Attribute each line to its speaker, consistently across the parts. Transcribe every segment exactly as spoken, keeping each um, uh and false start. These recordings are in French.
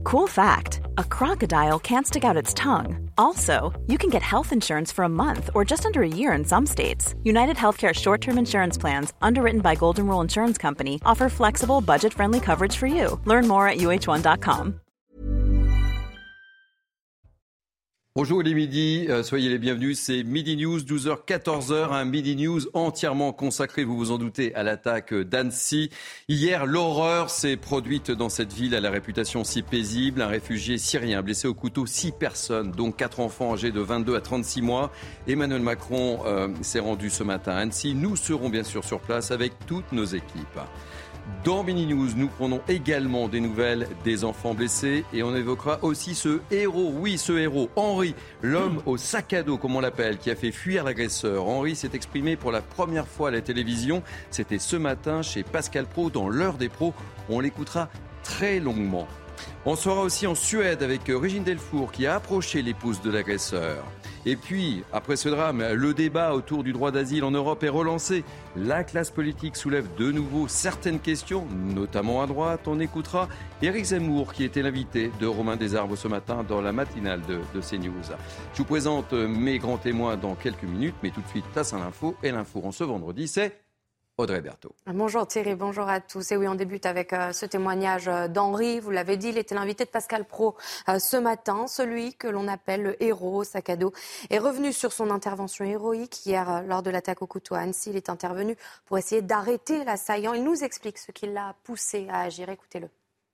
Speaker 1: Cool fact, a crocodile can't stick out its tongue. Also, you can get health insurance for a month or just under a year in some states. United Healthcare short-term insurance plans, underwritten by Golden Rule Insurance Company, offer flexible, budget-friendly coverage for you. Learn more at U H one dot com.
Speaker 2: Bonjour, il est midi, euh, soyez les bienvenus, c'est Midi News, douze heures quatorze, un Midi News entièrement consacré, vous vous en doutez, à l'attaque d'Annecy. Hier, l'horreur s'est produite dans cette ville à la réputation si paisible. Un réfugié syrien blessé au couteau, six personnes, dont quatre enfants âgés de vingt-deux à trente-six mois. Emmanuel Macron euh, s'est rendu ce matin à Annecy. Nous serons bien sûr sur place avec toutes nos équipes. Dans Mini News, nous prenons également des nouvelles des enfants blessés et on évoquera aussi ce héros, oui ce héros, Henri, l'homme au sac à dos comme on l'appelle, qui a fait fuir l'agresseur. Henri s'est exprimé pour la première fois à la télévision, c'était ce matin chez Pascal Praud dans l'heure des pros, on l'écoutera très longuement. On sera aussi en Suède avec Régine Delfour qui a approché l'épouse de l'agresseur. Et puis, après ce drame, le débat autour du droit d'asile en Europe est relancé. La classe politique soulève de nouveau certaines questions, notamment à droite. On écoutera Éric Zemmour qui était l'invité de Romain Desarbes ce matin dans la matinale de, de CNews. Je vous présente mes grands témoins dans quelques minutes, mais tout de suite, place à l'info. Et l'info en ce vendredi, c'est Audrey Berthaud.
Speaker 3: Bonjour Thierry, bonjour à tous. Et oui, on débute avec euh, ce témoignage euh, d'Henri. Vous l'avez dit, il était l'invité de Pascal Praud euh, ce matin. Celui que l'on appelle le héros au sac à dos est revenu sur son intervention héroïque hier euh, lors de l'attaque au couteau à Annecy. Il est intervenu pour essayer d'arrêter l'assaillant. Il nous explique ce qui l'a poussé à agir. Écoutez-le.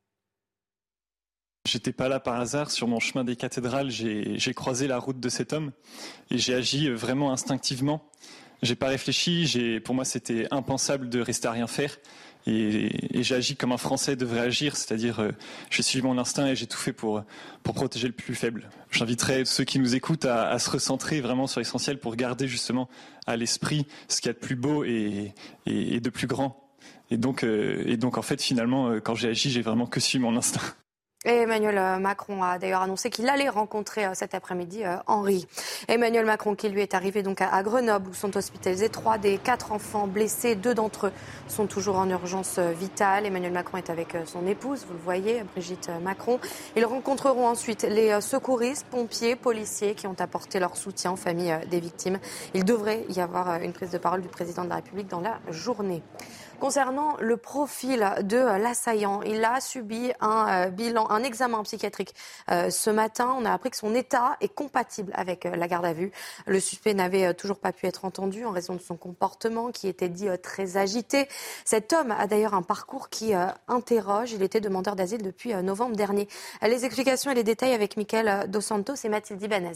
Speaker 4: J'étais pas là par hasard. Sur mon chemin des cathédrales, j'ai, j'ai croisé la route de cet homme et j'ai agi vraiment instinctivement. J'ai pas réfléchi, j'ai, pour moi c'était impensable de rester à rien faire et, et j'ai agi comme un Français devrait agir, c'est-à-dire euh, j'ai suivi mon instinct et j'ai tout fait pour, pour protéger le plus faible. J'inviterai ceux qui nous écoutent à, à se recentrer vraiment sur l'essentiel pour garder justement à l'esprit ce qu'il y a de plus beau et, et, et de plus grand. Et donc, euh, et donc en fait finalement euh, quand j'ai agi, j'ai vraiment que suivi mon instinct.
Speaker 3: Et Emmanuel Macron a d'ailleurs annoncé qu'il allait rencontrer cet après-midi euh, Henri. Emmanuel Macron qui lui est arrivé donc à, à Grenoble où sont hospitalisés trois des quatre enfants blessés. Deux d'entre eux sont toujours en urgence vitale. Emmanuel Macron est avec son épouse, vous le voyez, Brigitte Macron. Ils rencontreront ensuite les secouristes, pompiers, policiers qui ont apporté leur soutien aux familles des victimes. Il devrait y avoir une prise de parole du président de la République dans la journée. Concernant le profil de l'assaillant, il a subi un bilan, un examen psychiatrique euh, ce matin. On a appris que son état est compatible avec la garde à vue. Le suspect n'avait toujours pas pu être entendu en raison de son comportement qui était dit euh, très agité. Cet homme a d'ailleurs un parcours qui euh, interroge. Il était demandeur d'asile depuis euh, novembre dernier. Les explications et les détails avec Mickaël Dos Santos et Mathilde Ibanez.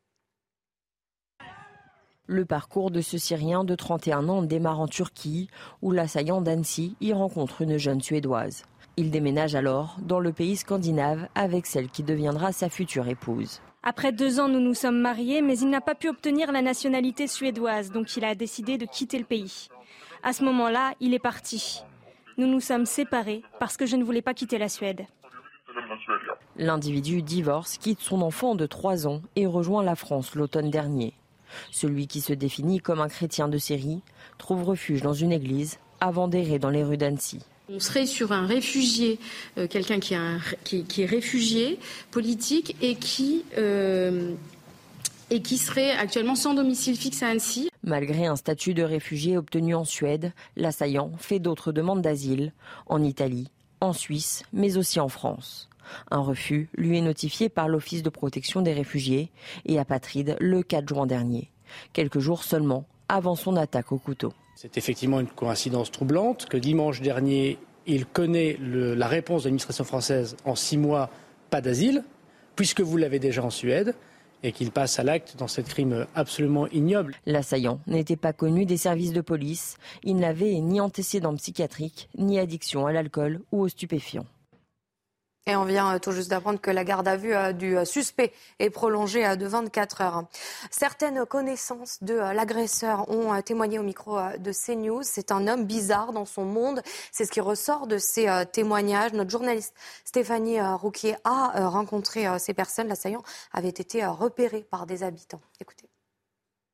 Speaker 5: Le parcours de ce Syrien de trente et un ans démarre en Turquie, où l'assaillant d'Annecy y rencontre une jeune Suédoise. Il déménage alors dans le pays scandinave avec celle qui deviendra sa future épouse.
Speaker 6: Après deux ans, nous nous sommes mariés, mais il n'a pas pu obtenir la nationalité suédoise, donc il a décidé de quitter le pays. À ce moment-là, il est parti. Nous nous sommes séparés parce que je ne voulais pas quitter la Suède.
Speaker 5: L'individu divorce, quitte son enfant de trois ans et rejoint la France l'automne dernier. Celui qui se définit comme un chrétien de série trouve refuge dans une église avant d'errer dans les rues d'Annecy.
Speaker 7: On serait sur un réfugié, euh, quelqu'un qui, a un, qui, qui est réfugié politique et qui, euh, et qui serait actuellement sans domicile fixe à Annecy.
Speaker 5: Malgré un statut de réfugié obtenu en Suède, l'assaillant fait d'autres demandes d'asile en Italie, en Suisse, mais aussi en France. Un refus lui est notifié par l'Office de protection des réfugiés et apatrides le quatre juin dernier, quelques jours seulement avant son attaque au couteau.
Speaker 8: C'est effectivement une coïncidence troublante que dimanche dernier, il connaît le, la réponse de l'administration française en six mois, pas d'asile, puisque vous l'avez déjà en Suède, et qu'il passe à l'acte dans ce crime absolument ignoble.
Speaker 5: L'assaillant n'était pas connu des services de police. Il n'avait ni antécédent psychiatrique, ni addiction à l'alcool ou aux stupéfiants.
Speaker 3: Et on vient tout juste d'apprendre que la garde à vue du suspect est prolongée de vingt-quatre heures. Certaines connaissances de l'agresseur ont témoigné au micro de CNews. C'est un homme bizarre dans son monde. C'est ce qui ressort de ces témoignages. Notre journaliste Stéphanie Rouquier a rencontré ces personnes. L'assaillant avait été repéré par des habitants. Écoutez.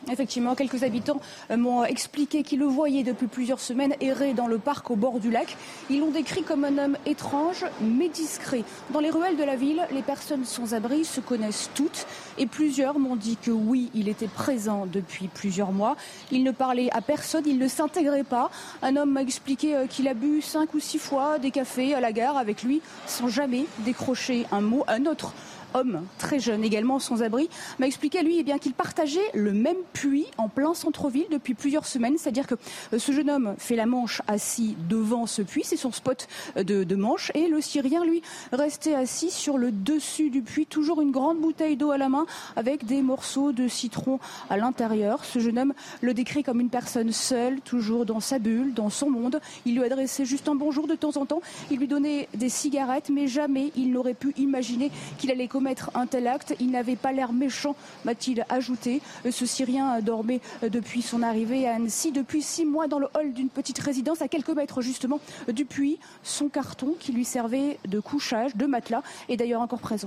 Speaker 9: Effectivement, quelques habitants m'ont expliqué qu'ils le voyaient depuis plusieurs semaines errer dans le parc au bord du lac. Ils l'ont décrit comme un homme étrange mais discret. Dans les ruelles de la ville, les personnes sans abri se connaissent toutes et plusieurs m'ont dit que oui, il était présent depuis plusieurs mois. Il ne parlait à personne, il ne s'intégrait pas. Un homme m'a expliqué qu'il a bu cinq ou six fois des cafés à la gare avec lui sans jamais décrocher un mot. Un autre homme très jeune, également sans abri, m'a expliqué lui eh bien, qu'il partageait le même puits en plein centre-ville depuis plusieurs semaines. C'est-à-dire que ce jeune homme fait la manche assis devant ce puits, c'est son spot de, de manche, et le Syrien, lui, restait assis sur le dessus du puits, toujours une grande bouteille d'eau à la main avec des morceaux de citron à l'intérieur. Ce jeune homme le décrit comme une personne seule, toujours dans sa bulle, dans son monde. Il lui adressait juste un bonjour de temps en temps, il lui donnait des cigarettes, mais jamais il n'aurait pu imaginer qu'il allait commettre un tel acte. Il n'avait pas l'air méchant, m'a-t-il ajouté. Ce Syrien dormait depuis son arrivée à Annecy, depuis six mois dans le hall d'une petite résidence à quelques mètres justement du puits. Son carton qui lui servait de couchage, de matelas, est d'ailleurs encore présent.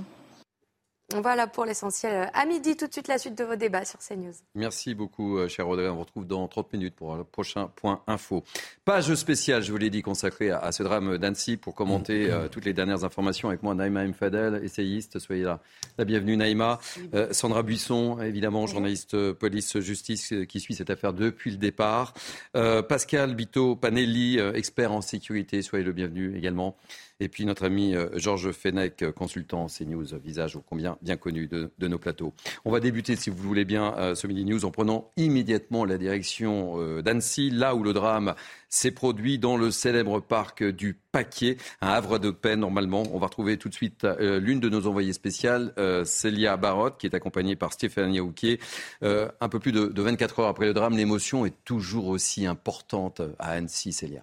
Speaker 3: Voilà pour l'essentiel. À midi, tout de suite, la suite de vos débats sur CNews.
Speaker 2: Merci beaucoup, cher Audrey. On vous retrouve dans trente minutes pour le prochain point info. Page spéciale, je vous l'ai dit, consacrée à, à ce drame d'Annecy pour commenter euh, toutes les dernières informations avec moi, Naïma M. Fadel, essayiste. Soyez là. La bienvenue, Naïma. Euh, Sandra Buisson, évidemment, journaliste police-justice qui suit cette affaire depuis le départ. Euh, Pascal Bito-Panelli, euh, expert en sécurité. Soyez le bienvenu également. Et puis notre ami Georges Fenech, consultant CNews, visage ô combien bien connu de, de nos plateaux. On va débuter, si vous voulez bien, euh, ce Midi News en prenant immédiatement la direction euh, d'Annecy, là où le drame s'est produit dans le célèbre parc du Paquier, un havre de paix normalement. On va retrouver tout de suite euh, l'une de nos envoyées spéciales, euh, Célia Barotte, qui est accompagnée par Stéphanie Houquier. Euh, un peu plus de, de vingt-quatre heures après le drame, l'émotion est toujours aussi importante à Annecy, Célia.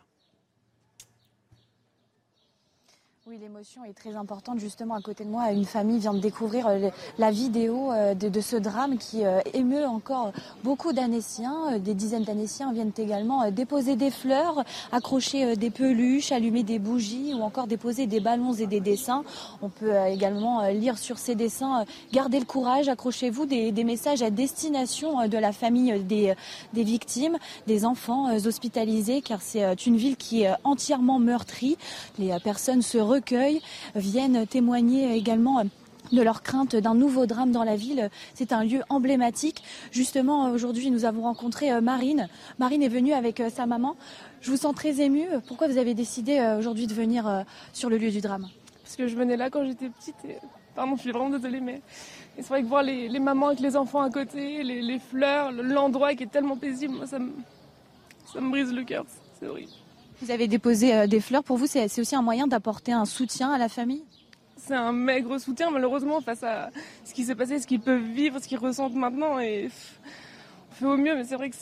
Speaker 10: Oui, l'émotion est très importante. Justement, à côté de moi, une famille vient de découvrir la vidéo de, de ce drame qui émeut encore beaucoup d'Annéciens. Des dizaines d'Annéciens viennent également déposer des fleurs, accrocher des peluches, allumer des bougies ou encore déposer des ballons et des dessins. On peut également lire sur ces dessins « Gardez le courage, accrochez-vous » des, des messages à destination de la famille des, des victimes, des enfants hospitalisés, car c'est une ville qui est entièrement meurtrie. Les personnes se recueillent, viennent témoigner également de leur crainte d'un nouveau drame dans la ville. C'est un lieu emblématique. Justement, aujourd'hui, nous avons rencontré Marine. Marine est venue avec sa maman. Je vous sens très émue. Pourquoi vous avez décidé aujourd'hui de venir sur le lieu du drame ?
Speaker 11: Parce que je venais là quand j'étais petite. Et... Pardon, je suis vraiment désolée, mais et c'est vrai que voir les, les mamans avec les enfants à côté, les, les fleurs, l'endroit qui est tellement paisible, moi, ça me, ça me brise le cœur. C'est horrible.
Speaker 10: Vous avez déposé des fleurs. Pour vous, c'est, c'est aussi un moyen d'apporter un soutien à la famille ?
Speaker 11: C'est un maigre soutien, malheureusement, face à ce qui s'est passé, ce qu'ils peuvent vivre, ce qu'ils ressentent maintenant. Et on fait au mieux, mais c'est vrai que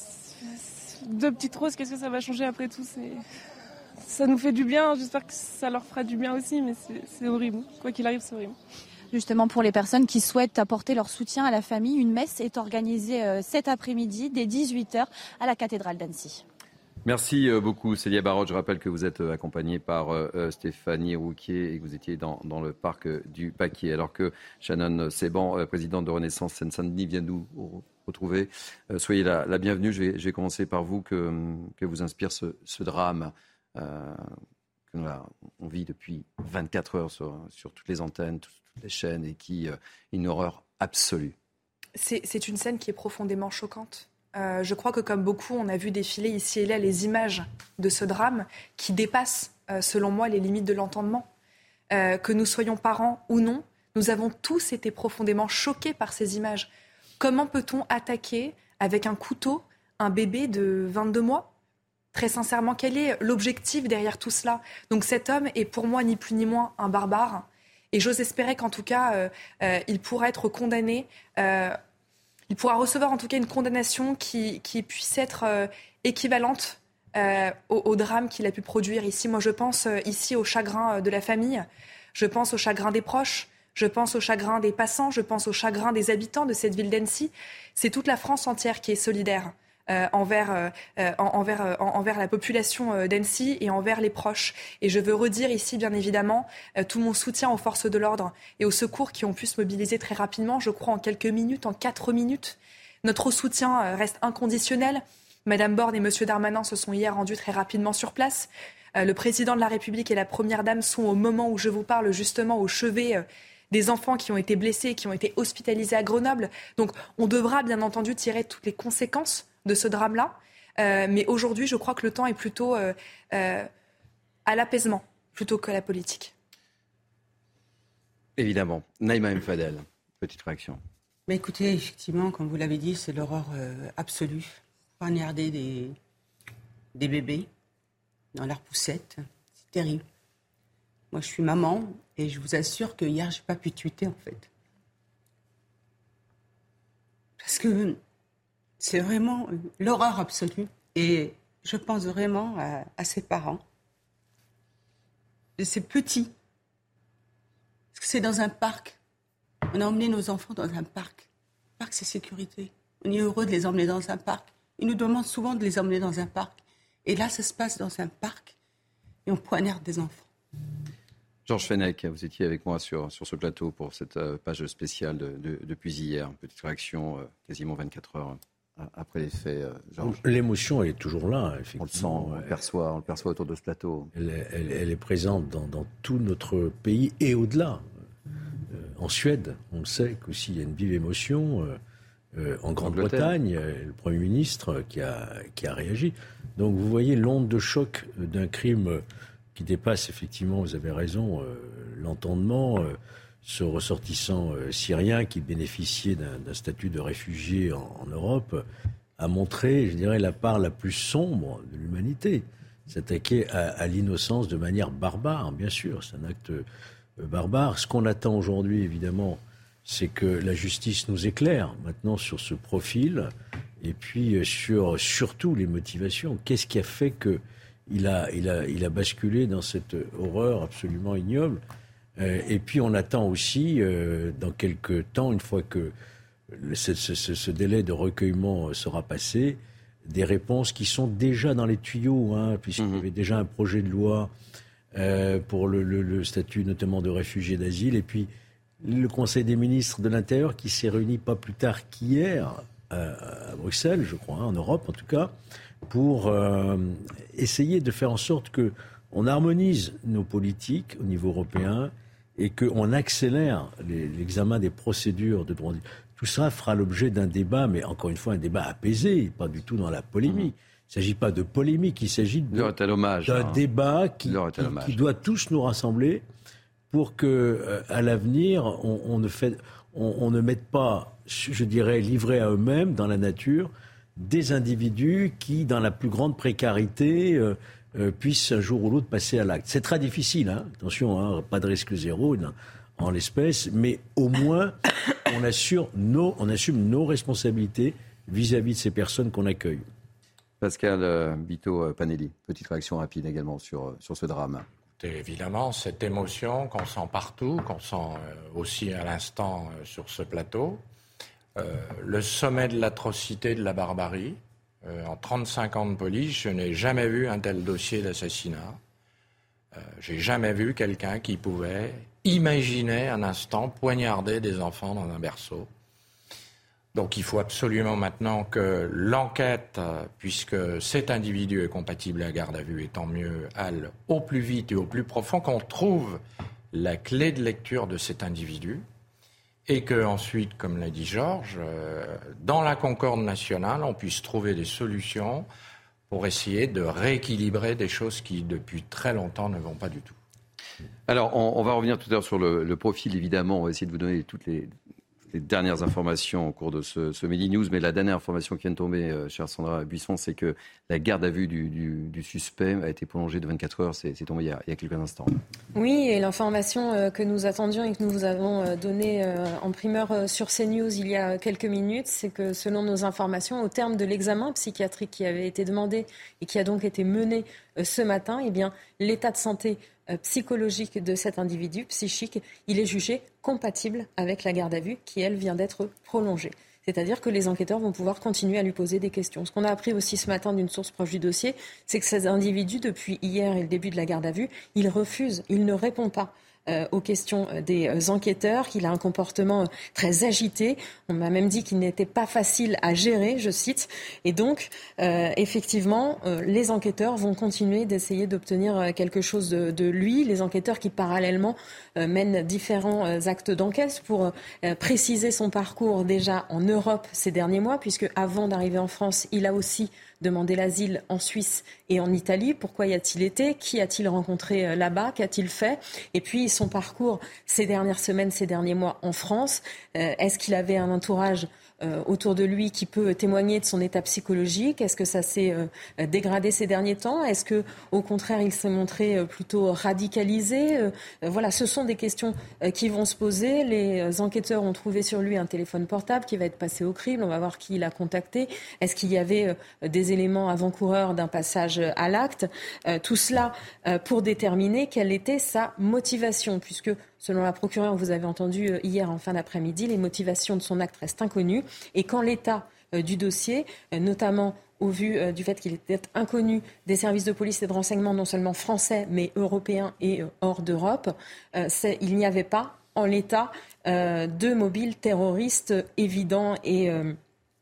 Speaker 11: deux petites roses, qu'est-ce que ça va changer après tout ? c'est... Ça nous fait du bien, j'espère que ça leur fera du bien aussi, mais c'est, c'est horrible. Quoi qu'il arrive, c'est horrible.
Speaker 10: Justement, pour les personnes qui souhaitent apporter leur soutien à la famille, une messe est organisée cet après-midi, dès dix-huit heures, à la cathédrale d'Annecy.
Speaker 2: Merci beaucoup Célia Barotte. Je rappelle que vous êtes accompagnée par euh, Stéphanie Rouquier et que vous étiez dans, dans le parc du Paquier. Alors que Shannon Seban, euh, présidente de Renaissance Seine-Saint-Denis, vient nous retrouver. Euh, soyez la, la bienvenue. Je vais, je vais commencer par vous. Que, que vous inspire ce, ce drame euh, que nous, on vit depuis vingt-quatre heures sur, sur toutes les antennes, toutes les chaînes et qui est euh, une horreur absolue.
Speaker 12: C'est, c'est une scène qui est profondément choquante. Euh, je crois que comme beaucoup, on a vu défiler ici et là les images de ce drame qui dépassent, euh, selon moi, les limites de l'entendement. Euh, que nous soyons parents ou non, nous avons tous été profondément choqués par ces images. Comment peut-on attaquer avec un couteau un bébé de vingt-deux mois ? Très sincèrement, quel est l'objectif derrière tout cela ? Donc cet homme est pour moi ni plus ni moins un barbare. Et j'ose espérer qu'en tout cas, euh, euh, il pourra être condamné... Euh, Il pourra recevoir en tout cas une condamnation qui, qui puisse être euh, équivalente euh, au, au drame qu'il a pu produire ici. Moi, je pense euh, ici au chagrin euh, de la famille, je pense au chagrin des proches, je pense au chagrin des passants, je pense au chagrin des habitants de cette ville d'Annecy. C'est toute la France entière qui est solidaire euh, envers, euh, envers, euh, envers la population euh, d'Annecy et envers les proches. Et je veux redire ici, bien évidemment, euh, tout mon soutien aux forces de l'ordre et aux secours qui ont pu se mobiliser très rapidement, je crois en quelques minutes, en quatre minutes. Notre soutien reste inconditionnel. Madame Borne et Monsieur Darmanin se sont hier rendus très rapidement sur place. Euh, le président de la République et la Première Dame sont au moment où je vous parle justement au chevet euh, des enfants qui ont été blessés, qui ont été hospitalisés à Grenoble. Donc on devra bien entendu tirer toutes les conséquences de ce drame-là. Euh, mais aujourd'hui, je crois que le temps est plutôt euh, euh, à l'apaisement plutôt qu'à la politique.
Speaker 2: Évidemment. Naïma M. Fadel, petite réaction.
Speaker 13: Mais écoutez, effectivement, comme vous l'avez dit, c'est l'horreur euh, absolue. Poignarder des, des bébés dans leur poussette, c'est terrible. Moi, je suis maman et je vous assure que hier, je n'ai pas pu tweeter, en fait. Parce que c'est vraiment l'horreur absolue. Et je pense vraiment à, à ces parents, de ces petits. Parce que c'est dans un parc. On a emmené nos enfants dans un parc. Le parc, c'est sécurité. On est heureux de les emmener dans un parc. Ils nous demandent souvent de les emmener dans un parc. Et là, ça se passe dans un parc. Et on poignarde des enfants.
Speaker 2: Georges Fenech, vous étiez avec moi sur, sur ce plateau pour cette page spéciale de, de, depuis hier. Petite réaction euh, quasiment vingt-quatre heures après les faits. Euh, Georges.
Speaker 14: L'émotion, elle est toujours là, effectivement.
Speaker 2: On le sent, on le perçoit, on le perçoit autour de ce plateau.
Speaker 14: Elle, elle, elle est présente dans, dans tout notre pays et au-delà. Euh, en Suède, on le sait qu'aussi il y a une vive émotion. Euh, euh, en Grande-Bretagne, euh, le Premier ministre qui a, qui a réagi. Donc vous voyez l'onde de choc d'un crime qui dépasse effectivement, vous avez raison, euh, l'entendement. Euh, ce ressortissant euh, syrien qui bénéficiait d'un, d'un statut de réfugié en, en Europe a montré, je dirais, la part la plus sombre de l'humanité. S'attaquer à, à l'innocence de manière barbare, bien sûr, c'est un acte euh, barbare. Ce qu'on attend aujourd'hui, évidemment, c'est que la justice nous éclaire maintenant sur ce profil et puis sur surtout les motivations. Qu'est-ce qui a fait qu'il a, il a, il a basculé dans cette horreur absolument ignoble ? euh, Et puis on attend aussi, euh, dans quelques temps, une fois que ce, ce, ce délai de recueillement sera passé, des réponses qui sont déjà dans les tuyaux, hein, puisqu'il y avait déjà un projet de loi euh, pour le, le, le statut notamment de réfugié d'asile, et puis le Conseil des ministres de l'Intérieur qui s'est réuni pas plus tard qu'hier à, à Bruxelles, je crois, hein, en Europe en tout cas, pour euh, essayer de faire en sorte qu'on harmonise nos politiques au niveau européen et qu'on accélère les, l'examen des procédures de droit. Tout ça fera l'objet d'un débat, mais encore une fois un débat apaisé, pas du tout dans la polémique. Il ne s'agit pas de polémique, il s'agit de,
Speaker 2: hommage,
Speaker 14: d'un
Speaker 2: hein.
Speaker 14: débat qui, qui, qui doit tous nous rassembler pour que, euh, à l'avenir, on, on, ne fait, on, on ne mette pas, je dirais, livrés à eux-mêmes dans la nature, des individus qui, dans la plus grande précarité, euh, euh, puissent un jour ou l'autre passer à l'acte. C'est très difficile, hein, attention, hein, pas de risque zéro non, en l'espèce, mais au moins on, assure nos, on assume nos responsabilités vis-à-vis de ces personnes qu'on accueille.
Speaker 2: Pascal euh, Bito-Panelli, petite réaction rapide également sur, sur ce drame.
Speaker 15: Évidemment, cette émotion qu'on sent partout, qu'on sent aussi à l'instant sur ce plateau, euh, le sommet de l'atrocité, de la barbarie. Euh, en trente-cinq ans de police, je n'ai jamais vu un tel dossier d'assassinat. Euh, j'ai jamais vu quelqu'un qui pouvait imaginer un instant poignarder des enfants dans un berceau. Donc il faut absolument maintenant que l'enquête, puisque cet individu est compatible à la garde à vue, et tant mieux, aille au plus vite et au plus profond, qu'on trouve la clé de lecture de cet individu, et qu'ensuite, comme l'a dit Georges, dans la concorde nationale, on puisse trouver des solutions pour essayer de rééquilibrer des choses qui, depuis très longtemps, ne vont pas du tout.
Speaker 2: Alors, on, on va revenir tout à l'heure sur le, le profil, évidemment. On va essayer de vous donner toutes les... les dernières informations au cours de ce, ce Midi News, mais la dernière information qui vient de tomber, euh, chère Sandra Buisson, c'est que la garde à vue du, du, du suspect a été prolongée de vingt-quatre heures, c'est, c'est tombé il y, a, il y a quelques instants.
Speaker 16: Oui, et l'information euh, que nous attendions et que nous vous avons euh, donnée euh, en primeur euh, sur CNews il y a quelques minutes, c'est que selon nos informations, au terme de l'examen psychiatrique qui avait été demandé et qui a donc été mené euh, ce matin, eh bien, l'état de santé psychologique de cet individu, psychique, il est jugé compatible avec la garde à vue qui, elle, vient d'être prolongée. C'est-à-dire que les enquêteurs vont pouvoir continuer à lui poser des questions. Ce qu'on a appris aussi ce matin d'une source proche du dossier, c'est que ces individus, depuis hier et le début de la garde à vue, il refuse, il ne répond pas euh, aux questions des euh, enquêteurs, qu'il a un comportement euh, très agité. On m'a même dit qu'il n'était pas facile à gérer, je cite. Et donc, euh, effectivement, euh, les enquêteurs vont continuer d'essayer d'obtenir euh, quelque chose de, de lui. Les enquêteurs qui, parallèlement, euh, mènent différents euh, actes d'enquête pour euh, préciser son parcours déjà en Europe ces derniers mois, puisque avant d'arriver en France, il a aussi demandé l'asile en Suisse et en Italie. Pourquoi y a-t-il été ? Qui a-t-il rencontré là-bas ? Qu'a-t-il fait ? Et puis son parcours ces dernières semaines, ces derniers mois en France. Euh, est-ce qu'il avait un entourage euh, autour de lui qui peut témoigner de son état psychologique ? Est-ce que ça s'est euh, dégradé ces derniers temps ? Est-ce que, au contraire, il s'est montré euh, plutôt radicalisé ? euh, Voilà, ce sont des questions euh, qui vont se poser. Les enquêteurs ont trouvé sur lui un téléphone portable qui va être passé au crible. On va voir qui il a contacté. Est-ce qu'il y avait euh, des éléments avant-coureurs d'un passage à l'acte ? euh, Tout cela euh, pour déterminer quelle était sa motivation, puisque selon la procureure, vous avez entendu hier en fin d'après-midi, les motivations de son acte restent inconnues. Et quand l'état euh, du dossier, euh, notamment au vu euh, du fait qu'il était inconnu des services de police et de renseignement, non seulement français, mais européens et euh, hors d'Europe, euh, c'est, il n'y avait pas, en l'état, euh, de mobile terroriste évident et... Euh,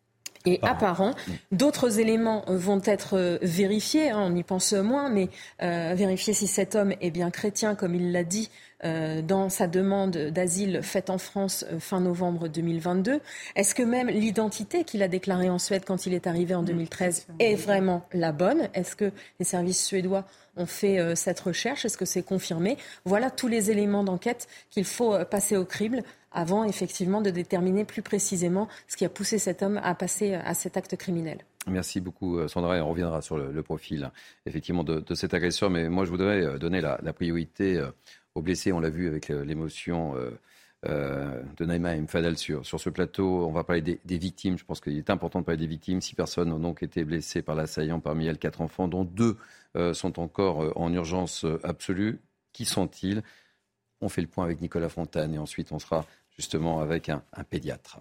Speaker 16: et apparent. D'autres éléments vont être vérifiés, hein, on y pense moins, mais euh, vérifier si cet homme est bien chrétien, comme il l'a dit euh, dans sa demande d'asile faite en France euh, fin novembre deux mille vingt-deux. Est-ce que même l'identité qu'il a déclarée en Suède quand il est arrivé en deux mille treize est vraiment la bonne ? Est-ce que les services suédois ont fait euh, cette recherche ? Est-ce que c'est confirmé ? Voilà tous les éléments d'enquête qu'il faut euh, passer au crible avant effectivement de déterminer plus précisément ce qui a poussé cet homme à passer à cet acte criminel.
Speaker 2: Merci beaucoup Sandra, et on reviendra sur le, le profil effectivement de, de cet agresseur, mais moi je voudrais donner la, la priorité aux blessés. On l'a vu avec l'émotion euh, euh, de Naïma M. Fadel sur, sur ce plateau. On va parler des, des victimes. Je pense qu'il est important de parler des victimes. Six personnes ont donc été blessées par l'assaillant, parmi elles quatre enfants, dont deux euh, sont encore en urgence absolue. Qui sont-ils ? On fait le point avec Nicolas Fontane et ensuite on sera justement avec un, un pédiatre.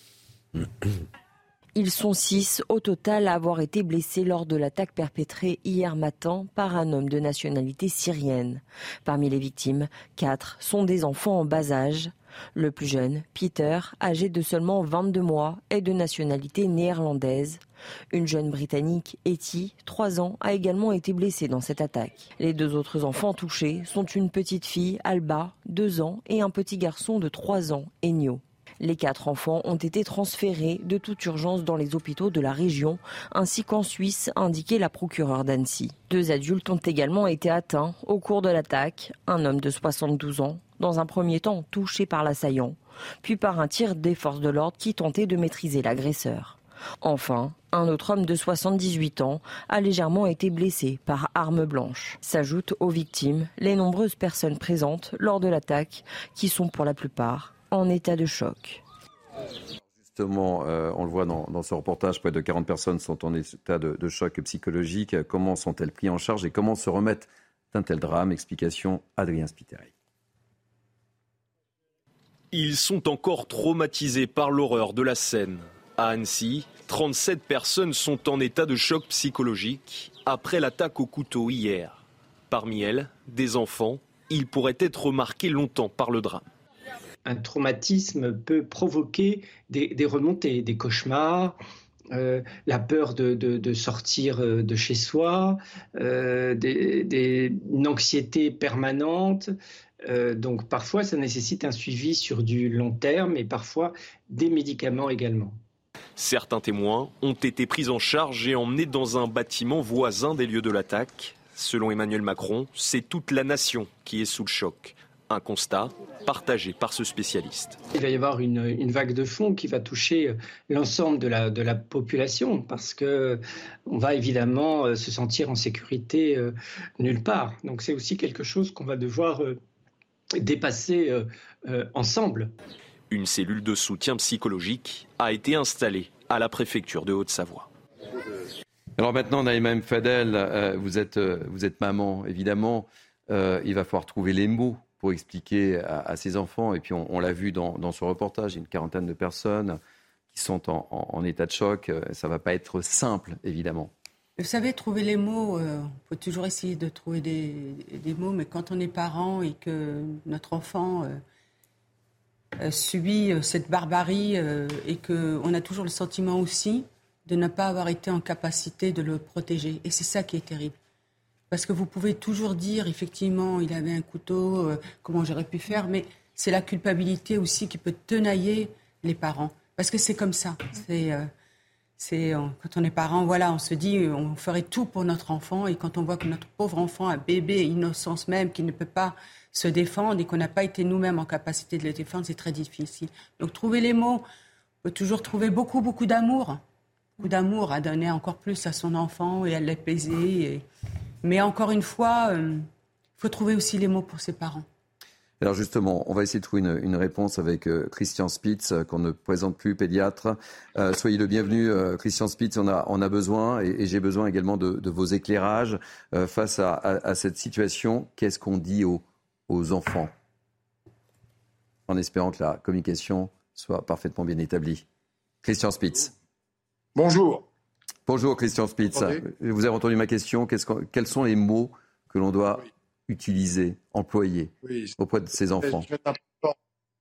Speaker 5: Ils sont six au total à avoir été blessés lors de l'attaque perpétrée hier matin par un homme de nationalité syrienne. Parmi les victimes, quatre sont des enfants en bas âge. Le plus jeune, Peter, âgé de seulement vingt-deux mois, est de nationalité néerlandaise. Une jeune Britannique, Etty, trois ans, a également été blessée dans cette attaque. Les deux autres enfants touchés sont une petite fille, Alba, deux ans, et un petit garçon de trois ans, Enyo. Les quatre enfants ont été transférés de toute urgence dans les hôpitaux de la région, ainsi qu'en Suisse, a indiqué la procureure d'Annecy. Deux adultes ont également été atteints au cours de l'attaque. Un homme de soixante-douze ans, dans un premier temps touché par l'assaillant, puis par un tir des forces de l'ordre qui tentait de maîtriser l'agresseur. Enfin, un autre homme de soixante-dix-huit ans a légèrement été blessé par arme blanche. S'ajoutent aux victimes les nombreuses personnes présentes lors de l'attaque, qui sont pour la plupart en état de choc.
Speaker 2: Justement, euh, on le voit dans, dans ce reportage, près de quarante personnes sont en état de, de choc psychologique. Comment sont-elles prises en charge et comment se remettre d'un tel drame ? Explication Adrien Spiteri.
Speaker 17: Ils sont encore traumatisés par l'horreur de la scène. À Annecy, trente-sept personnes sont en état de choc psychologique après l'attaque au couteau hier. Parmi elles, des enfants. Ils pourraient être marqués longtemps par le drame.
Speaker 18: Un traumatisme peut provoquer des, des remontées, des cauchemars, euh, la peur de, de, de sortir de chez soi, euh, des, des, une anxiété permanente. Euh, donc parfois, ça nécessite un suivi sur du long terme et parfois des médicaments également.
Speaker 17: Certains témoins ont été pris en charge et emmenés dans un bâtiment voisin des lieux de l'attaque. Selon Emmanuel Macron, c'est toute la nation qui est sous le choc. Un constat partagé par ce spécialiste.
Speaker 18: Il va y avoir une, une vague de fond qui va toucher l'ensemble de la, de la population parce qu'on va évidemment se sentir en sécurité euh, nulle part. Donc c'est aussi quelque chose qu'on va devoir euh, dépasser euh, euh, ensemble.
Speaker 17: Une cellule de soutien psychologique a été installée à la préfecture de Haute-Savoie.
Speaker 2: Alors maintenant, Naïma M. Fadel, euh, vous, êtes, euh, vous êtes maman, évidemment. Euh, il va falloir trouver les mots pour expliquer à, à ses enfants. Et puis on, on l'a vu dans, dans ce reportage, il y a une quarantaine de personnes qui sont en, en, en état de choc. Ça ne va pas être simple, évidemment.
Speaker 13: Vous savez, trouver les mots, euh, on peut toujours essayer de trouver des, des mots, mais quand on est parent et que notre enfant euh, euh, subit euh, cette barbarie euh, et qu'on a toujours le sentiment aussi de ne pas avoir été en capacité de le protéger. Et c'est ça qui est terrible. Parce que vous pouvez toujours dire, effectivement, il avait un couteau, euh, comment j'aurais pu faire, mais c'est la culpabilité aussi qui peut tenailler les parents. Parce que c'est comme ça. C'est, euh, c'est, euh, quand on est parent, voilà, on se dit, on ferait tout pour notre enfant. Et quand on voit que notre pauvre enfant, un bébé, innocence même, qui ne peut pas se défendre et qu'on n'a pas été nous-mêmes en capacité de le défendre, c'est très difficile. Donc trouver les mots, on peut toujours trouver beaucoup, beaucoup d'amour. Beaucoup d'amour à donner encore plus à son enfant et à l'apaiser. Et... Mais encore une fois, il euh, faut trouver aussi les mots pour ses parents.
Speaker 2: Alors justement, on va essayer de trouver une, une réponse avec euh, Christian Spitz, euh, qu'on ne présente plus, pédiatre. Euh, soyez le bienvenu, euh, Christian Spitz. On a, on a besoin, et, et j'ai besoin également de, de vos éclairages euh, face à, à, à cette situation. Qu'est-ce qu'on dit aux, aux enfants, en espérant que la communication soit parfaitement bien établie. Christian Spitz.
Speaker 19: Bonjour.
Speaker 2: Bonjour Christian Spitz. Vous avez entendu ma question. Qu'est-ce que, quels sont les mots que l'on doit oui. utiliser, employer oui, auprès de ses enfants?
Speaker 19: C'est important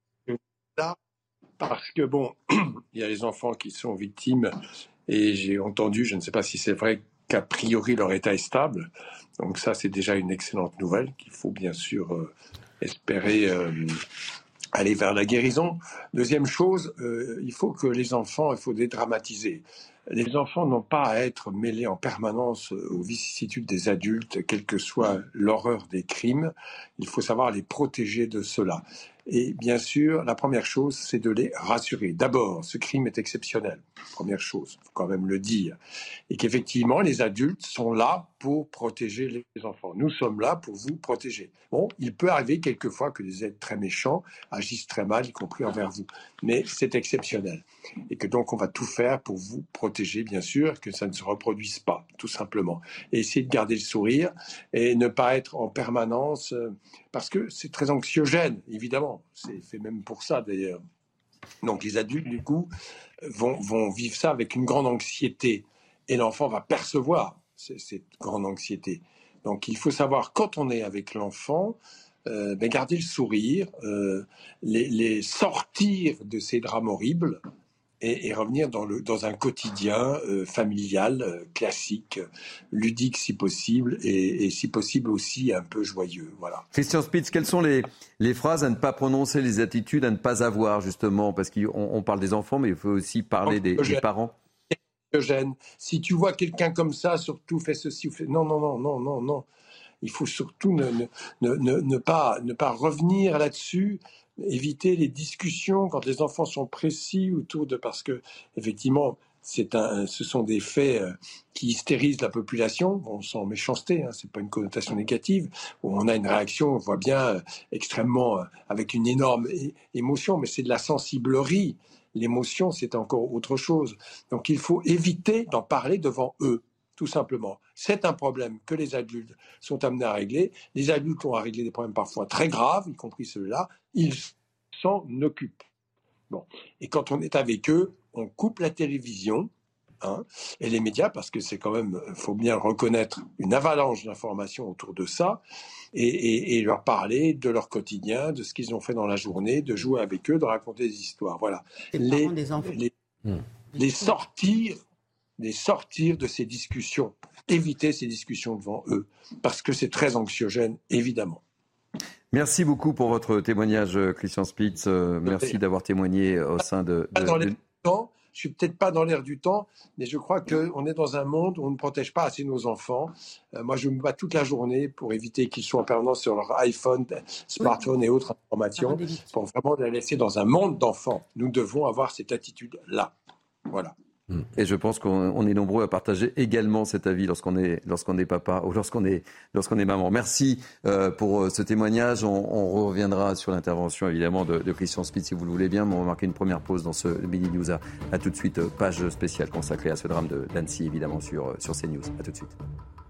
Speaker 19: là, parce que bon, il y a les enfants qui sont victimes et j'ai entendu, je ne sais pas si c'est vrai, qu'a priori leur état est stable. Donc ça, c'est déjà une excellente nouvelle qu'il faut bien sûr euh, espérer euh, aller vers la guérison. Deuxième chose, euh, il faut que les enfants, il faut dédramatiser. Les enfants n'ont pas à être mêlés en permanence aux vicissitudes des adultes, quelle que soit l'horreur des crimes. Il faut savoir les protéger de cela. Et bien sûr, la première chose, c'est de les rassurer. D'abord, ce crime est exceptionnel. Première chose, il faut quand même le dire. Et qu'effectivement, les adultes sont là pour protéger les enfants. Nous sommes là pour vous protéger. Bon, il peut arriver quelquefois que des êtres très méchants agissent très mal, y compris envers vous. Mais c'est exceptionnel. Et que donc, on va tout faire pour vous protéger, bien sûr, que ça ne se reproduise pas, tout simplement. Et essayer de garder le sourire et ne pas être en permanence... Euh, parce que c'est très anxiogène, évidemment. C'est fait même pour ça, d'ailleurs. Donc, les adultes, du coup, vont, vont vivre ça avec une grande anxiété. Et l'enfant va percevoir cette grande anxiété. Donc, il faut savoir, quand on est avec l'enfant, euh, ben, garder le sourire, euh, les, les sortir de ces drames horribles et, et revenir dans, le, dans un quotidien euh, familial, euh, classique, ludique si possible, et, et si possible aussi un peu joyeux. Voilà.
Speaker 2: Christian Spitz, quelles sont les, les phrases à ne pas prononcer, les attitudes à ne pas avoir, justement? Parce qu'on on parle des enfants, mais il faut aussi parler des, des parents.
Speaker 19: Eugène, si tu vois quelqu'un comme ça, surtout fais ceci ou fais... Non, non, non, non, non, non. Il faut surtout ne, ne, ne, ne, ne, pas, ne pas revenir là-dessus, éviter les discussions quand les enfants sont précis autour de... Parce que, effectivement, c'est un, ce sont des faits qui hystérisent la population, bon, sans méchanceté, hein, c'est pas une connotation négative, où on a une réaction, on voit bien, extrêmement, avec une énorme é- émotion, mais c'est de la sensiblerie. L'émotion, c'est encore autre chose. Donc, il faut éviter d'en parler devant eux, tout simplement. C'est un problème que les adultes sont amenés à régler. Les adultes ont à régler des problèmes parfois très graves, y compris ceux-là. Ils s'en occupent. Bon. Et quand on est avec eux, on coupe la télévision, hein, et les médias, parce que c'est quand même, il faut bien reconnaître, une avalanche d'informations autour de ça, et, et, et leur parler de leur quotidien, de ce qu'ils ont fait dans la journée, de jouer avec eux, de raconter des histoires. Voilà. Les, des enfants. Les, mmh. les sortir, les sortir de ces discussions, éviter ces discussions devant eux, parce que c'est très anxiogène, évidemment.
Speaker 2: Merci beaucoup pour votre témoignage, Christian Spitz. Euh, merci d'avoir témoigné au sein de... de,
Speaker 19: dans les
Speaker 2: de...
Speaker 19: temps, je suis peut-être pas dans l'air du temps, mais je crois qu'on est dans un monde où on ne protège pas assez nos enfants. Euh, moi, je me bats toute la journée pour éviter qu'ils soient en permanence sur leur iPhone, smartphone oui. et autres informations, pour vraiment les laisser dans un monde d'enfants. Nous devons avoir cette attitude-là. Voilà.
Speaker 2: Et je pense qu'on est nombreux à partager également cet avis lorsqu'on est, lorsqu'on est papa ou lorsqu'on est, lorsqu'on est maman. Merci euh, pour ce témoignage. On, on reviendra sur l'intervention évidemment de, de Christian Spitz si vous le voulez bien. Mais on va marquer une première pause dans ce Midi News. À, à tout de suite, page spéciale consacrée à ce drame de d'Annecy évidemment sur, sur CNews. À tout de suite.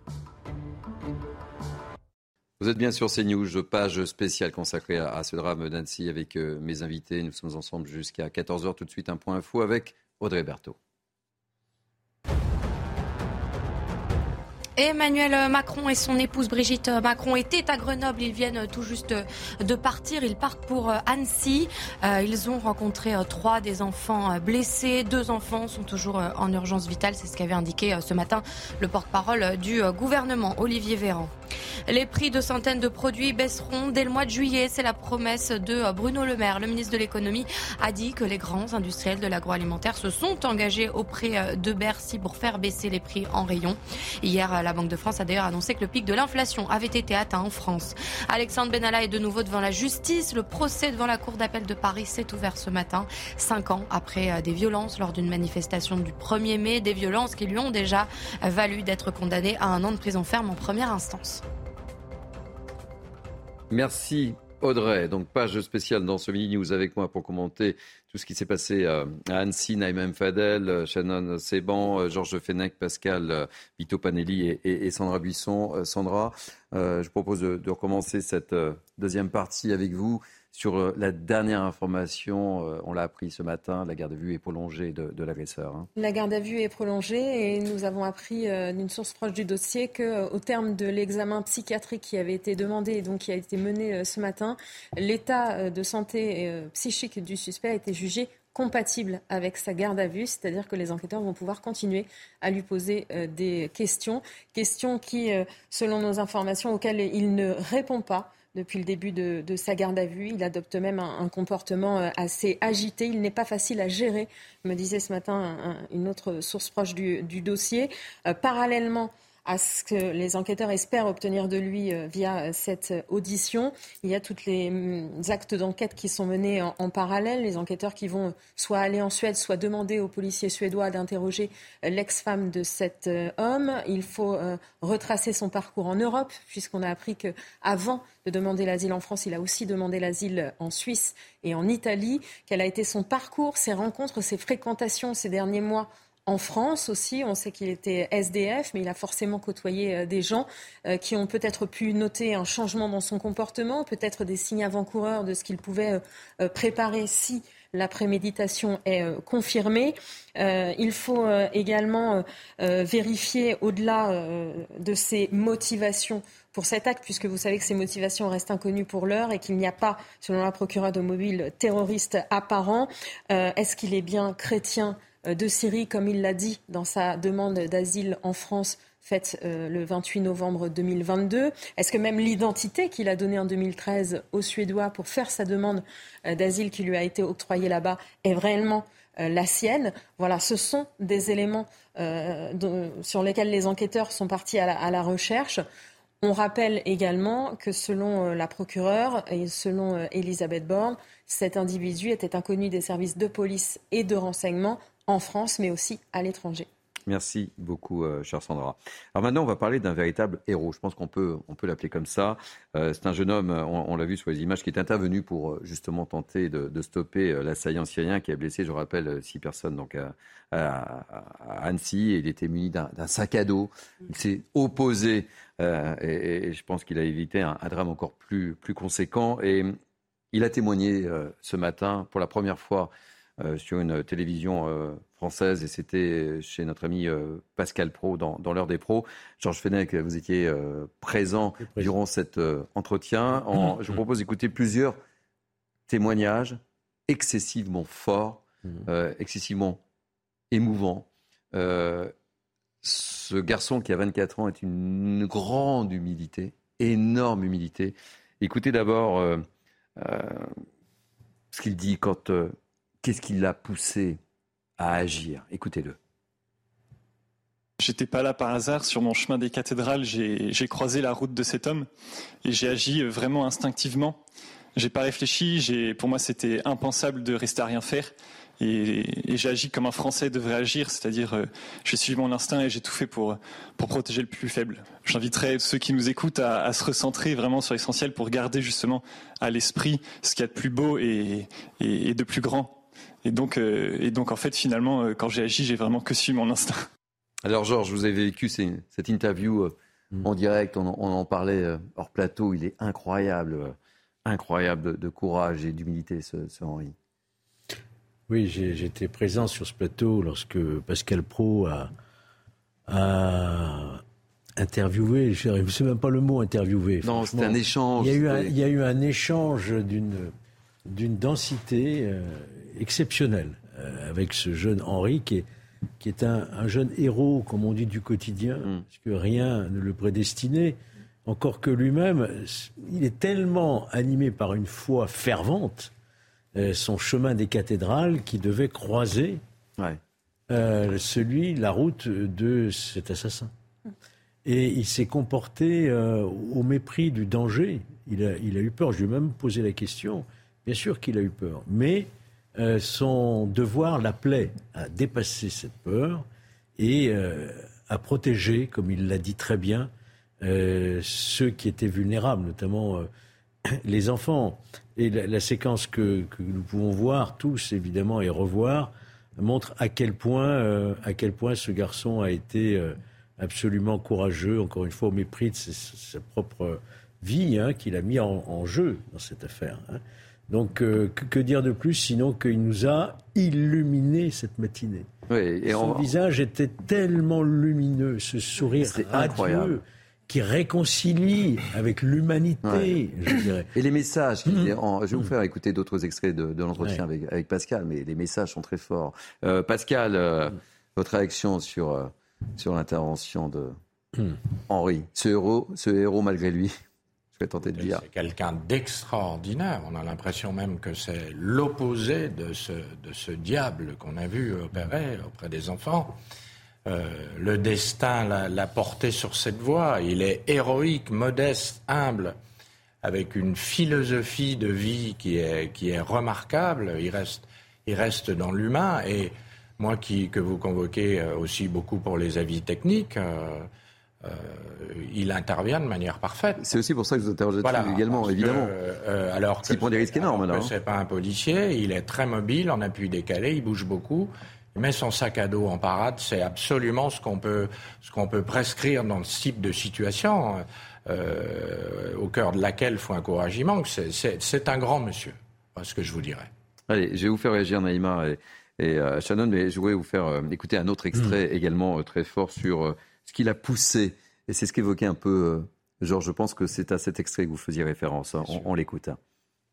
Speaker 2: Vous êtes bien sur CNews, page spéciale consacrée à, à ce drame d'Annecy avec euh, mes invités. Nous sommes ensemble jusqu'à quatorze heures. Tout de suite, un point info avec Audrey Berthaud.
Speaker 3: Emmanuel Macron et son épouse Brigitte Macron étaient à Grenoble. Ils viennent tout juste de partir. Ils partent pour Annecy. Ils ont rencontré trois des enfants blessés. Deux enfants sont toujours en urgence vitale. C'est ce qu'avait indiqué ce matin le porte-parole du gouvernement, Olivier Véran. Les prix de centaines de produits baisseront dès le mois de juillet. C'est la promesse de Bruno Le Maire. Le ministre de l'économie a dit que les grands industriels de l'agroalimentaire se sont engagés auprès de Bercy pour faire baisser les prix en rayon. Hier, la Banque de France a d'ailleurs annoncé que le pic de l'inflation avait été atteint en France. Alexandre Benalla est de nouveau devant la justice. Le procès devant la Cour d'appel de Paris s'est ouvert ce matin, cinq ans après des violences lors d'une manifestation du premier mai. Des violences qui lui ont déjà valu d'être condamné à un an de prison ferme en première instance.
Speaker 2: Merci Audrey. Donc page spéciale dans ce Midi News avec moi pour commenter tout ce qui s'est passé à Annecy, Naïma M. Fadel, Shannon Seban, Georges Fenech, Pascal Vito Panelli et, et, et Sandra Buisson. Sandra, euh, je propose de, de recommencer cette deuxième partie avec vous sur la dernière information. On l'a appris ce matin, la garde à vue est prolongée de, de l'agresseur. Hein.
Speaker 16: La garde à vue est prolongée et nous avons appris euh, d'une source proche du dossier qu'au euh, terme de l'examen psychiatrique qui avait été demandé et donc qui a été mené euh, ce matin, l'état euh, de santé euh, psychique du suspect a été jugé compatible avec sa garde à vue, c'est-à-dire que les enquêteurs vont pouvoir continuer à lui poser euh, des questions, questions qui, euh, selon nos informations, auxquelles il ne répond pas. Depuis le début de, de sa garde à vue, il adopte même un, un comportement assez agité. Il n'est pas facile à gérer, me disait ce matin un, une autre source proche du, du dossier. Euh, parallèlement à ce que les enquêteurs espèrent obtenir de lui euh, via cette audition, il y a tous les euh, actes d'enquête qui sont menés en, en parallèle. Les enquêteurs qui vont soit aller en Suède, soit demander aux policiers suédois d'interroger euh, l'ex-femme de cet euh, homme. Il faut euh, retracer son parcours en Europe, puisqu'on a appris qu'avant de demander l'asile en France, il a aussi demandé l'asile en Suisse et en Italie. Quel a été son parcours, ses rencontres, ses fréquentations ces derniers mois en France aussi? On sait qu'il était S D F, mais il a forcément côtoyé des gens qui ont peut-être pu noter un changement dans son comportement, peut-être des signes avant-coureurs de ce qu'il pouvait préparer si la préméditation est confirmée. Euh, il faut également euh, vérifier au-delà euh, de ses motivations pour cet acte, puisque vous savez que ces motivations restent inconnues pour l'heure et qu'il n'y a pas, selon la procureure de mobile, terroriste apparent. Euh, est-ce qu'il est bien chrétien de Syrie, comme il l'a dit dans sa demande d'asile en France faite euh, le vingt-huit novembre deux mille vingt-deux. Est-ce que même l'identité qu'il a donnée en deux mille treize aux Suédois pour faire sa demande euh, d'asile qui lui a été octroyée là-bas est réellement euh, la sienne? Voilà, ce sont des éléments euh, de, sur lesquels les enquêteurs sont partis à la, à la recherche. On rappelle également que selon euh, la procureure et selon euh, Elisabeth Borne, cet individu était inconnu des services de police et de renseignement en France, mais aussi à l'étranger.
Speaker 2: Merci beaucoup, euh, chère Sandra. Alors maintenant, on va parler d'un véritable héros. Je pense qu'on peut, on peut l'appeler comme ça. Euh, c'est un jeune homme, on, on l'a vu sur les images, qui est intervenu pour justement tenter de, de stopper l'assaillant syrien qui a blessé, je rappelle, six personnes donc à, à, à Annecy. Et il était muni d'un, d'un sac à dos. Il s'est opposé euh, et, et je pense qu'il a évité un, un drame encore plus, plus conséquent. Et il a témoigné euh, ce matin pour la première fois Euh, sur une télévision euh, française, et c'était chez notre ami euh, Pascal Praud dans, dans l'heure des pros. Georges Fenech, vous étiez euh, présent, présent durant cet euh, entretien. En, je vous propose d'écouter plusieurs témoignages excessivement forts, euh, excessivement émouvants. Euh, ce garçon qui a vingt-quatre ans est une grande humilité, énorme humilité. Écoutez d'abord euh, euh, ce qu'il dit quand... Euh, Qu'est-ce qui l'a poussé à agir? Écoutez-le.
Speaker 4: J'étais pas là par hasard. Sur mon chemin des cathédrales, j'ai, j'ai croisé la route de cet homme et j'ai agi vraiment instinctivement. J'ai pas réfléchi. J'ai, pour moi, c'était impensable de rester à rien faire. Et, et j'ai agi comme un Français devrait agir, c'est-à-dire euh, j'ai suivi mon instinct et j'ai tout fait pour, pour protéger le plus faible. J'inviterais ceux qui nous écoutent à, à se recentrer vraiment sur l'essentiel pour garder justement à l'esprit ce qu'il y a de plus beau et, et, et de plus grand. Et donc, euh, et donc, en fait, finalement, euh, quand j'ai agi, j'ai vraiment que suivi mon instinct.
Speaker 2: Alors, Georges, vous avez vécu ces, cette interview euh, mmh. en direct, on, on en parlait euh, hors plateau. Il est incroyable, euh, incroyable de, de courage et d'humilité, ce, ce Henri.
Speaker 14: Oui, j'ai, j'étais présent sur ce plateau lorsque Pascal Praud a, a interviewé, je ne sais même pas le mot interviewé.
Speaker 2: Non, c'était un échange.
Speaker 14: Il y a eu un, il y a eu un échange d'une, d'une densité euh, exceptionnelle euh, avec ce jeune Henri qui est, qui est un, un jeune héros, comme on dit, du quotidien, mm. parce que rien ne le prédestinait. Encore que lui-même, il est tellement animé par une foi fervente, euh, son chemin des cathédrales qui devait croiser ouais. euh, celui, la route de cet assassin. Et il s'est comporté euh, au mépris du danger. Il a, il a eu peur. Je lui ai même posé la question. Bien sûr qu'il a eu peur. Mais euh, son devoir l'appelait à dépasser cette peur et euh, à protéger, comme il l'a dit très bien, Euh, ceux qui étaient vulnérables, notamment euh, les enfants. Et la, la séquence que, que nous pouvons voir tous, évidemment, et revoir, montre à quel point, euh, à quel point ce garçon a été euh, absolument courageux, encore une fois, au mépris de ses, sa propre vie, hein, qu'il a mis en, en jeu dans cette affaire. Hein. Donc, euh, que, que dire de plus, sinon qu'il nous a illuminé cette matinée. Oui, et Son on... visage était tellement lumineux, ce sourire radieux, qui réconcilie avec l'humanité, ouais. je dirais.
Speaker 2: Et les messages, mmh. en, je vais vous faire écouter d'autres extraits de, de l'entretien ouais. avec, avec Pascal, mais les messages sont très forts. Euh, Pascal, euh, mmh. votre réaction sur, euh, sur l'intervention de mmh. Henri, ce héros, ce héros malgré lui, je vais tenter de dire.
Speaker 15: C'est quelqu'un d'extraordinaire. On a l'impression même que c'est l'opposé de ce, de ce diable qu'on a vu opérer auprès des enfants. Euh, le destin l'a, l'a porté sur cette voie. Il est héroïque, modeste, humble, avec une philosophie de vie qui est, qui est remarquable. Il reste, il reste dans l'humain. Et moi, qui, que vous convoquez aussi beaucoup pour les avis techniques, euh, euh, il intervient de manière parfaite.
Speaker 2: C'est aussi pour ça que je vous interroge voilà, là-dessus également, évidemment. Que,
Speaker 15: euh, alors
Speaker 2: qu'il prend des risques énormes.
Speaker 15: Alors que c'est pas un policier, il est très mobile, en appui décalé, il bouge beaucoup. Il met son sac à dos en parade, c'est absolument ce qu'on peut, ce qu'on peut prescrire dans ce type de situation, euh, au cœur de laquelle il faut un courage immense. C'est, c'est, c'est un grand monsieur, ce que je vous dirais.
Speaker 2: Allez, je vais vous faire réagir, Naïma et, et euh, Shannon, mais je voulais vous faire euh, écouter un autre extrait mmh. également euh, très fort sur euh, ce qui l'a poussé. Et c'est ce qu'évoquait un peu euh, Georges. Je pense que c'est à cet extrait que vous faisiez référence. Hein. On, on l'écoute. Hein.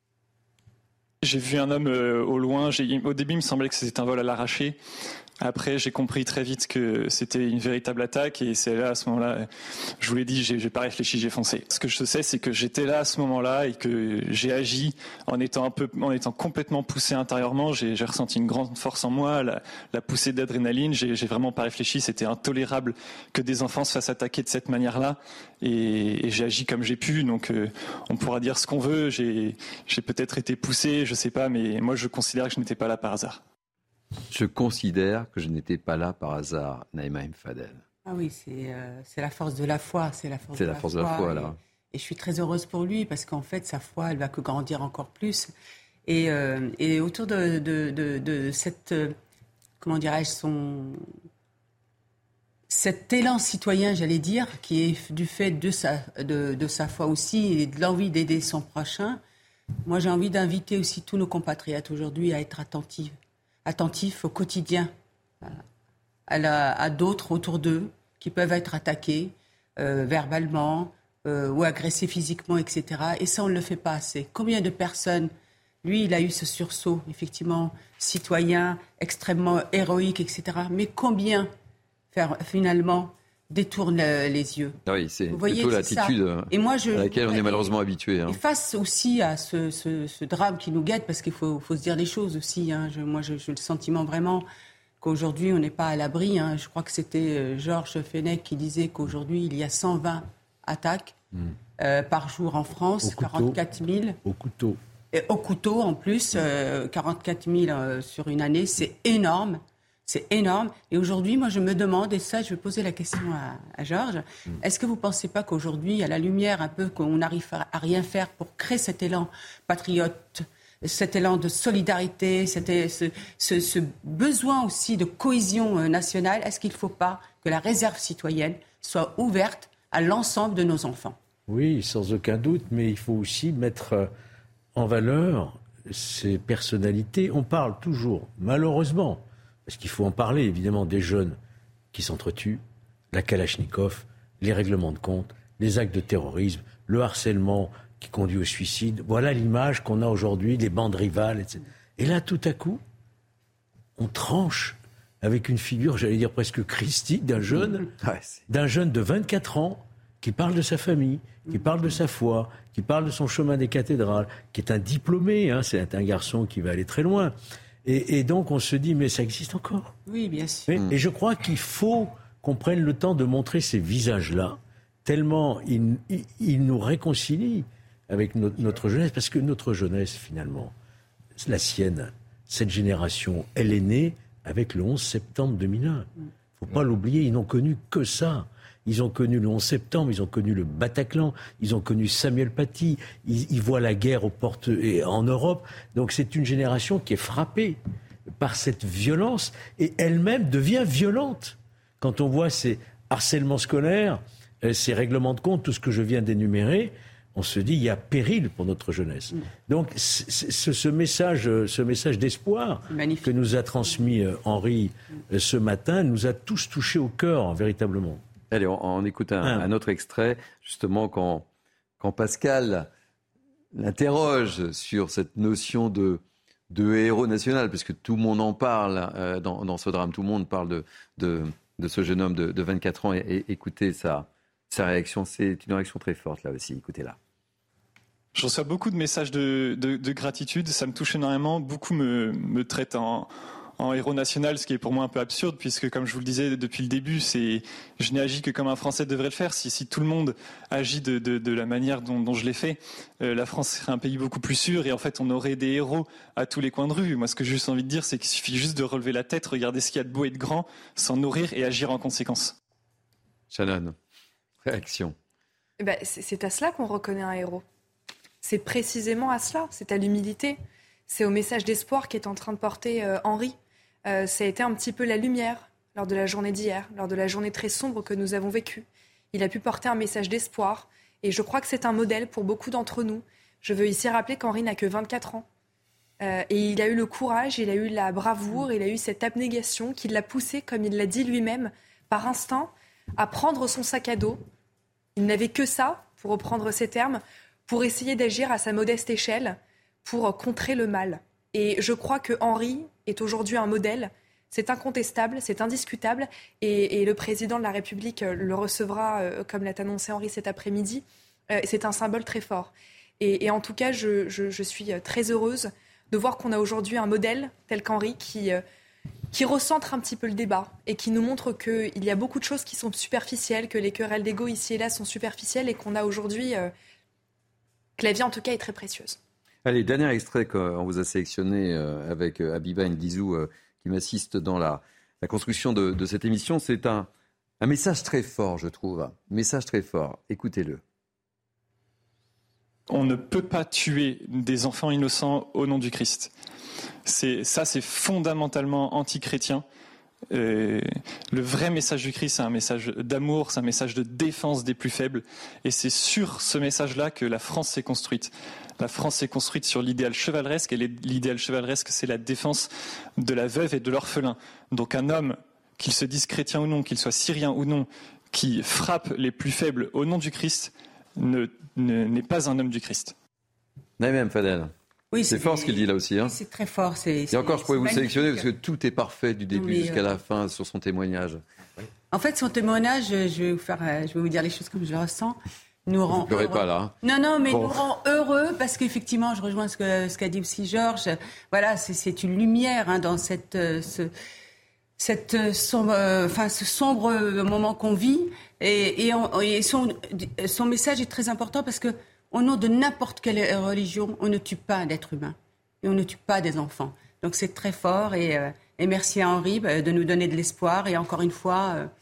Speaker 4: J'ai vu un homme euh, au loin. J'ai, au début, il me semblait que c'était un vol à l'arraché. Après, j'ai compris très vite que c'était une véritable attaque et c'est là, à ce moment-là, je vous l'ai dit, j'ai, j'ai pas réfléchi, j'ai foncé. Ce que je sais, c'est que j'étais là à ce moment-là et que j'ai agi en étant un peu, en étant complètement poussé intérieurement. J'ai, j'ai ressenti une grande force en moi, la, la poussée d'adrénaline. J'ai, j'ai vraiment pas réfléchi. C'était intolérable que des enfants se fassent attaquer de cette manière-là et, et j'ai agi comme j'ai pu. Donc, euh, on pourra dire ce qu'on veut. J'ai, j'ai peut-être été poussé, je sais pas, mais moi, je considère que je n'étais pas là par hasard.
Speaker 2: Je considère que je n'étais pas là par hasard, Naïma M. Fadel.
Speaker 13: Ah oui, c'est, euh, c'est la force de la foi. C'est la force,
Speaker 2: c'est
Speaker 13: de,
Speaker 2: la
Speaker 13: la
Speaker 2: force
Speaker 13: foi,
Speaker 2: de la foi,
Speaker 13: et,
Speaker 2: là.
Speaker 13: Et je suis très heureuse pour lui parce qu'en fait, sa foi, elle va que grandir encore plus. Et, euh, et autour de, de, de, de cette, euh, comment dirais-je, son, cet élan citoyen, j'allais dire, qui est du fait de sa, de, de sa foi aussi et de l'envie d'aider son prochain, moi j'ai envie d'inviter aussi tous nos compatriotes aujourd'hui à être attentifs. attentifs au quotidien, à, la, à d'autres autour d'eux qui peuvent être attaqués euh, verbalement euh, ou agressés physiquement, et cetera. Et ça, on ne le fait pas assez. Combien de personnes, lui, il a eu ce sursaut, effectivement, citoyen, extrêmement héroïque, et cetera. Mais combien, faire, finalement, détournent le, les yeux.
Speaker 2: Ah oui, c'est
Speaker 13: Vous voyez,
Speaker 2: plutôt
Speaker 13: c'est
Speaker 2: l'attitude
Speaker 13: et moi, je,
Speaker 2: à laquelle on est malheureusement habitué. Hein.
Speaker 13: Et face aussi à ce, ce, ce drame qui nous guette, parce qu'il faut, faut se dire les choses aussi. Hein. Je, moi, j'ai le sentiment vraiment qu'aujourd'hui, on n'est pas à l'abri. Hein. Je crois que c'était Georges Fenech qui disait qu'aujourd'hui, il y a cent vingt attaques mmh. euh, par jour en France,
Speaker 14: au
Speaker 13: quarante-quatre mille.
Speaker 14: Au couteau.
Speaker 13: Et au couteau, en plus, euh, quarante-quatre mille euh, sur une année, c'est énorme. C'est énorme. Et aujourd'hui, moi, je me demande, et ça, je vais poser la question à, à Georges, mmh. est-ce que vous ne pensez pas qu'aujourd'hui, à la lumière un peu qu'on n'arrive à rien faire pour créer cet élan patriote, cet élan de solidarité, cet, ce, ce, ce besoin aussi de cohésion nationale, est-ce qu'il ne faut pas que la réserve citoyenne soit ouverte à l'ensemble de nos enfants ?
Speaker 14: Oui, sans aucun doute, mais il faut aussi mettre en valeur ces personnalités. On parle toujours, malheureusement, parce qu'il faut en parler, évidemment, des jeunes qui s'entretuent, la Kalachnikov, les règlements de compte, les actes de terrorisme, le harcèlement qui conduit au suicide. Voilà l'image qu'on a aujourd'hui des bandes rivales, et cetera. Et là, tout à coup, on tranche avec une figure, j'allais dire presque christique, d'un jeune, ouais, d'un jeune de vingt-quatre ans qui parle de sa famille, qui parle de sa foi, qui parle de son chemin des cathédrales, qui est un diplômé, hein, c'est un garçon qui va aller très loin. Et, et donc on se dit, mais ça existe encore.
Speaker 13: Oui, bien sûr.
Speaker 14: Et, et je crois qu'il faut qu'on prenne le temps de montrer ces visages-là, tellement ils, ils, ils nous réconcilient avec notre, notre jeunesse, parce que notre jeunesse, finalement, la sienne, cette génération, elle est née avec le onze septembre deux mille un. Il ne faut pas l'oublier, ils n'ont connu que ça. Ils ont connu le onze septembre, ils ont connu le Bataclan, ils ont connu Samuel Paty, ils, ils voient la guerre aux portes et en Europe. Donc c'est une génération qui est frappée par cette violence et elle-même devient violente. Quand on voit ces harcèlements scolaires, ces règlements de compte, tout ce que je viens d'énumérer, on se dit il y a péril pour notre jeunesse. Mmh. Donc ce, ce, message, ce message d'espoir que nous a transmis Henri ce matin nous a tous touchés au cœur, véritablement.
Speaker 2: Allez, on, on écoute un, un autre extrait, justement, quand, quand Pascal l'interroge sur cette notion de, de héros national, puisque tout le monde en parle euh, dans, dans ce drame, tout le monde parle de, de, de ce jeune homme de, de vingt-quatre ans, et, et écoutez sa, sa réaction, c'est une réaction très forte là aussi, écoutez-la.
Speaker 4: Je reçois beaucoup de messages de, de, de gratitude, ça me touche énormément, beaucoup me, me traitent en, en héros national, ce qui est pour moi un peu absurde, puisque comme je vous le disais depuis le début, c'est, je n'ai agi que comme un Français devrait le faire. Si, si tout le monde agit de, de, de la manière dont, dont je l'ai fait, euh, la France serait un pays beaucoup plus sûr, et en fait on aurait des héros à tous les coins de rue. Moi ce que j'ai juste envie de dire, c'est qu'il suffit juste de relever la tête, regarder ce qu'il y a de beau et de grand, s'en nourrir et agir en conséquence.
Speaker 2: Shannon, réaction.
Speaker 12: Eh ben, c'est, c'est à cela qu'on reconnaît un héros. C'est précisément à cela, c'est à l'humilité, c'est au message d'espoir qu'est en train de porter euh, Henri. Euh, ça a été un petit peu la lumière lors de la journée d'hier, lors de la journée très sombre que nous avons vécue. Il a pu porter un message d'espoir et je crois que c'est un modèle pour beaucoup d'entre nous. Je veux ici rappeler qu'Henri n'a que vingt-quatre ans euh, et il a eu le courage, il a eu la bravoure, il a eu cette abnégation qui l'a poussé, comme il l'a dit lui-même, par instinct, à prendre son sac à dos. Il n'avait que ça, pour reprendre ses termes, pour essayer d'agir à sa modeste échelle, pour contrer le mal. Et je crois que Henri est aujourd'hui un modèle. C'est incontestable, c'est indiscutable. Et, et le président de la République le recevra, euh, comme l'a annoncé Henri cet après-midi. Euh, c'est un symbole très fort. Et, et en tout cas, je, je, je suis très heureuse de voir qu'on a aujourd'hui un modèle tel qu'Henri qui, euh, qui recentre un petit peu le débat et qui nous montre qu'il y a beaucoup de choses qui sont superficielles, que les querelles d'ego ici et là sont superficielles et qu'on a aujourd'hui... Euh, que la vie, en tout cas, est très précieuse.
Speaker 2: Allez, dernier extrait qu'on vous a sélectionné euh, avec euh, Abiba Ndizou, euh, qui m'assiste dans la, la construction de, de cette émission. C'est un, un message très fort, je trouve. Un message très fort. Écoutez-le.
Speaker 4: On ne peut pas tuer des enfants innocents au nom du Christ. C'est, ça, c'est fondamentalement anti-chrétien. Euh, le vrai message du Christ, c'est un message d'amour, c'est un message de défense des plus faibles. Et c'est sur ce message-là que la France s'est construite. La France s'est construite sur l'idéal chevaleresque, et l'idéal chevaleresque, c'est la défense de la veuve et de l'orphelin. Donc un homme, qu'il se dise chrétien ou non, qu'il soit syrien ou non, qui frappe les plus faibles au nom du Christ, ne, ne, n'est pas un homme du Christ.
Speaker 2: Naïm Fadel. Oui, c'est, c'est fort ce qu'il dit là aussi. Hein.
Speaker 13: C'est très fort. C'est,
Speaker 2: Et encore, je pourrais vous
Speaker 13: magnifique.
Speaker 2: sélectionner parce que tout est parfait du début oui, jusqu'à euh... la fin sur son témoignage.
Speaker 13: En fait, son témoignage, je vais vous, faire, je vais vous dire les choses comme je le ressens. Nous rend
Speaker 2: vous ne pleurez pas là. Hein.
Speaker 13: Non, non, mais bon. Nous rend heureux parce qu'effectivement, je rejoins ce, que, ce qu'a dit aussi Georges. Voilà, c'est, c'est une lumière hein, dans cette, ce, cette sombre, enfin, ce sombre moment qu'on vit. Et, et, on, et son, son message est très important parce que au nom de n'importe quelle religion, on ne tue pas un être humain et on ne tue pas des enfants. Donc c'est très fort et, euh, et merci à Henri euh, de nous donner de l'espoir. Et encore une fois, euh,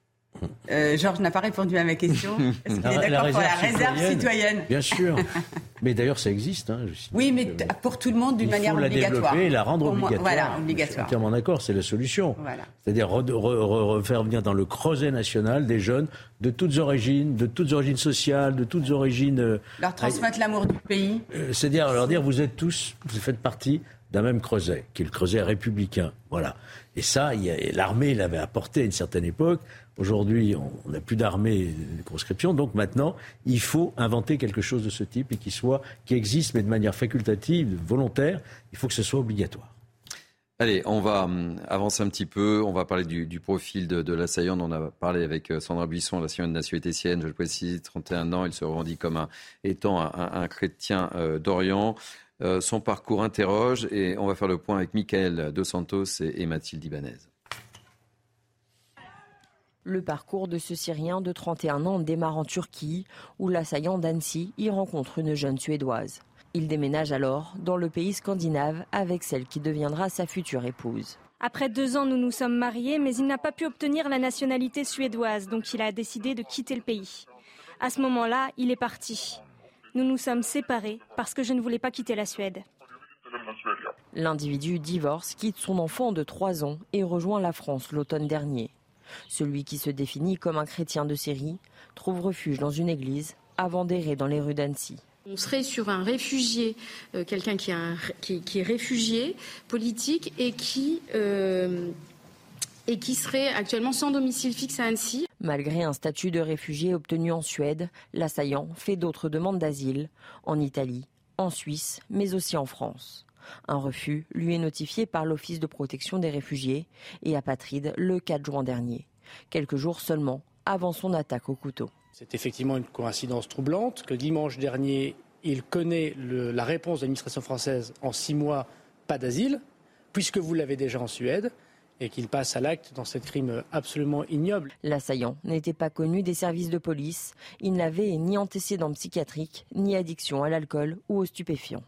Speaker 13: euh, Georges n'a pas répondu à ma question. Est-ce qu'il est d'accord la pour la réserve citoyenne ?
Speaker 14: Bien sûr. Mais d'ailleurs, ça existe. Hein,
Speaker 13: oui, mais t- pour tout le monde d'une manière obligatoire.
Speaker 14: Il faut la développer et la rendre
Speaker 13: pour
Speaker 14: obligatoire.
Speaker 13: Moi, voilà, obligatoire.
Speaker 14: Je suis entièrement d'accord, c'est la solution.
Speaker 13: Voilà.
Speaker 14: C'est-à-dire re, re, re, refaire venir dans le creuset national des jeunes de toutes origines, de toutes origines sociales, de toutes origines...
Speaker 13: Leur transmettre euh, l'amour du pays.
Speaker 14: Euh, c'est-à-dire leur dire, vous êtes tous, vous faites partie d'un même creuset, qui est le creuset républicain. Voilà. Et ça, il y a, l'armée l'avait apporté à une certaine époque. Aujourd'hui, on n'a plus d'armée de conscription. Donc maintenant, il faut inventer quelque chose de ce type et qui soit, qui existe, mais de manière facultative, volontaire. Il faut que ce soit obligatoire.
Speaker 2: Allez, on va avancer un petit peu. On va parler du, du profil de, de l'assaillant. On en a parlé avec Sandra Buisson, l'assaillant de nationalité sienne. Je le précise, trente et un ans. Il se revendique comme un, étant un, un, un chrétien euh, d'Orient. Euh, son parcours interroge et on va faire le point avec Michael Dos Santos et, et Mathilde Ibanez.
Speaker 5: Le parcours de ce Syrien de trente et un ans démarre en Turquie, où l'assaillant d'Annecy y rencontre une jeune Suédoise. Il déménage alors dans le pays scandinave avec celle qui deviendra sa future épouse.
Speaker 6: Après deux ans, nous nous sommes mariés, mais il n'a pas pu obtenir la nationalité suédoise, donc il a décidé de quitter le pays. À ce moment-là, il est parti. Nous nous sommes séparés parce que je ne voulais pas quitter la Suède.
Speaker 5: L'individu divorce, quitte son enfant de trois ans et rejoint la France l'automne dernier. Celui qui se définit comme un chrétien de Syrie trouve refuge dans une église avant d'errer dans les rues d'Annecy.
Speaker 7: On serait sur un réfugié, euh, quelqu'un qui, a un, qui, qui est réfugié politique et qui, euh, et qui serait actuellement sans domicile fixe à Annecy.
Speaker 5: Malgré un statut de réfugié obtenu en Suède, l'assaillant fait d'autres demandes d'asile, en Italie, en Suisse, mais aussi en France. Un refus lui est notifié par l'Office de protection des réfugiés et apatrides le quatre juin dernier, quelques jours seulement avant son attaque au couteau.
Speaker 8: C'est effectivement une coïncidence troublante que dimanche dernier, il connaît le, la réponse de l'administration française en six mois, pas d'asile, puisque vous l'avez déjà en Suède, et qu'il passe à l'acte dans ce crime absolument ignoble.
Speaker 5: L'assaillant n'était pas connu des services de police. Il n'avait ni antécédents psychiatriques, ni addiction à l'alcool ou aux stupéfiants.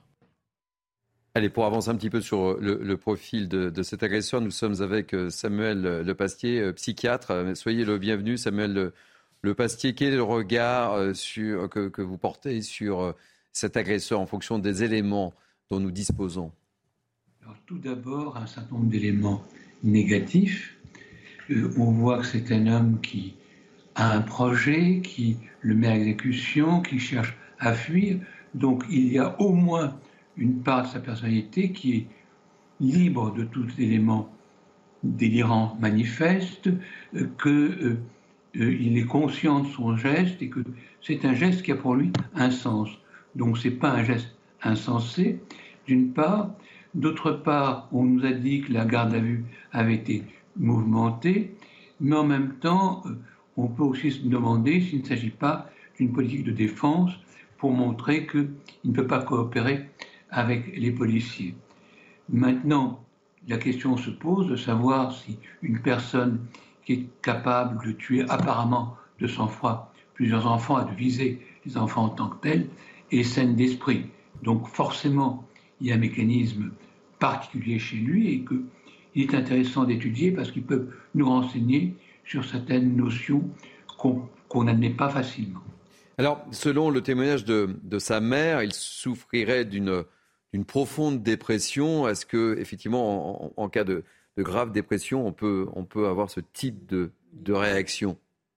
Speaker 2: Allez, pour avancer un petit peu sur le, le profil de, de cet agresseur, nous sommes avec Samuel Lepastier, psychiatre. Soyez le bienvenu, Samuel Lepastier. Quel est le regard sur, que, que vous portez sur cet agresseur en fonction des éléments dont nous disposons?
Speaker 20: Alors, tout d'abord, un certain nombre d'éléments négatifs. Euh, on voit que c'est un homme qui a un projet, qui le met à exécution, qui cherche à fuir. Donc il y a au moins une part de sa personnalité qui est libre de tout élément délirant manifeste, euh, qu'il euh, euh, est conscient de son geste et que c'est un geste qui a pour lui un sens. Donc ce n'est pas un geste insensé, d'une part. D'autre part, on nous a dit que la garde à vue avait été mouvementée, mais en même temps, on peut aussi se demander s'il ne s'agit pas d'une politique de défense pour montrer qu'il ne peut pas coopérer avec les policiers. Maintenant, la question se pose de savoir si une personne qui est capable de tuer apparemment de sang-froid plusieurs enfants et de viser les enfants en tant que tels est saine d'esprit. Donc forcément, il y a un mécanisme particulier chez lui et qu'il est intéressant d'étudier parce qu'ils peuvent nous renseigner sur certaines notions qu'on qu'on n'admet pas facilement.
Speaker 2: Alors, selon le témoignage de, de sa mère, il souffrirait d'une, d'une profonde dépression. Est-ce que, effectivement, en, en cas de, de grave dépression, on peut, on peut avoir ce type de, de réaction?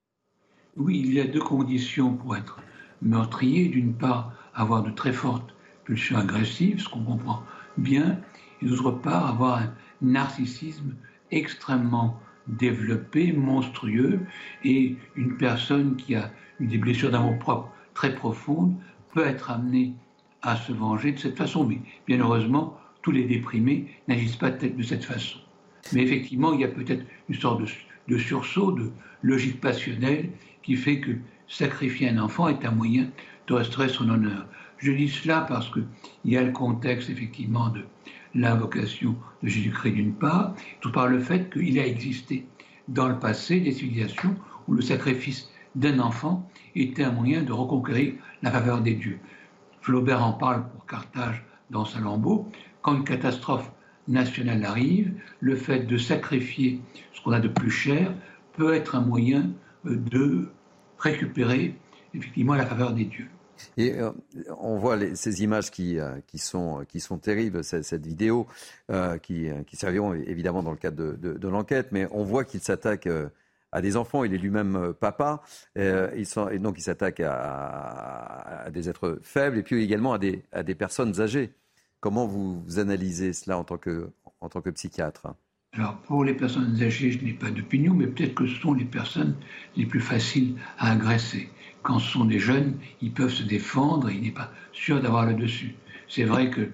Speaker 20: Oui, il y a deux conditions pour être meurtrier. D'une part, avoir de très fortes pulsions agressives, ce qu'on comprend bien, et d'autre part, avoir un narcissisme extrêmement développé, monstrueux, et une personne qui a eu des blessures d'amour-propre très profondes peut être amenée à se venger de cette façon. Mais bien heureusement, tous les déprimés n'agissent pas de cette façon. Mais effectivement, il y a peut-être une sorte de, de sursaut, de logique passionnelle qui fait que sacrifier un enfant est un moyen de restaurer son honneur. Je dis cela parce qu'il y a le contexte effectivement de l'invocation de Jésus-Christ d'une part, tout par le fait qu'il a existé dans le passé des civilisations où le sacrifice d'un enfant était un moyen de reconquérir la faveur des dieux. Flaubert en parle pour Carthage dans Salammbô. Quand une catastrophe nationale arrive, le fait de sacrifier ce qu'on a de plus cher peut être un moyen de récupérer effectivement la faveur des dieux.
Speaker 2: Et euh, on voit les, ces images qui, euh, qui, sont, qui sont terribles, cette, cette vidéo, euh, qui, qui serviront évidemment dans le cadre de, de, de l'enquête, mais on voit qu'il s'attaque euh, à des enfants, il est lui-même euh, papa, euh, il sont, et donc il s'attaque à, à, à des êtres faibles et puis également à des, à des personnes âgées. Comment vous, vous analysez cela en tant que, en tant que psychiatre ?
Speaker 20: Alors, pour les personnes âgées, je n'ai pas d'opinion, mais peut-être que ce sont les personnes les plus faciles à agresser. Quand ce sont des jeunes, ils peuvent se défendre et il n'est pas sûr d'avoir le dessus. C'est vrai que,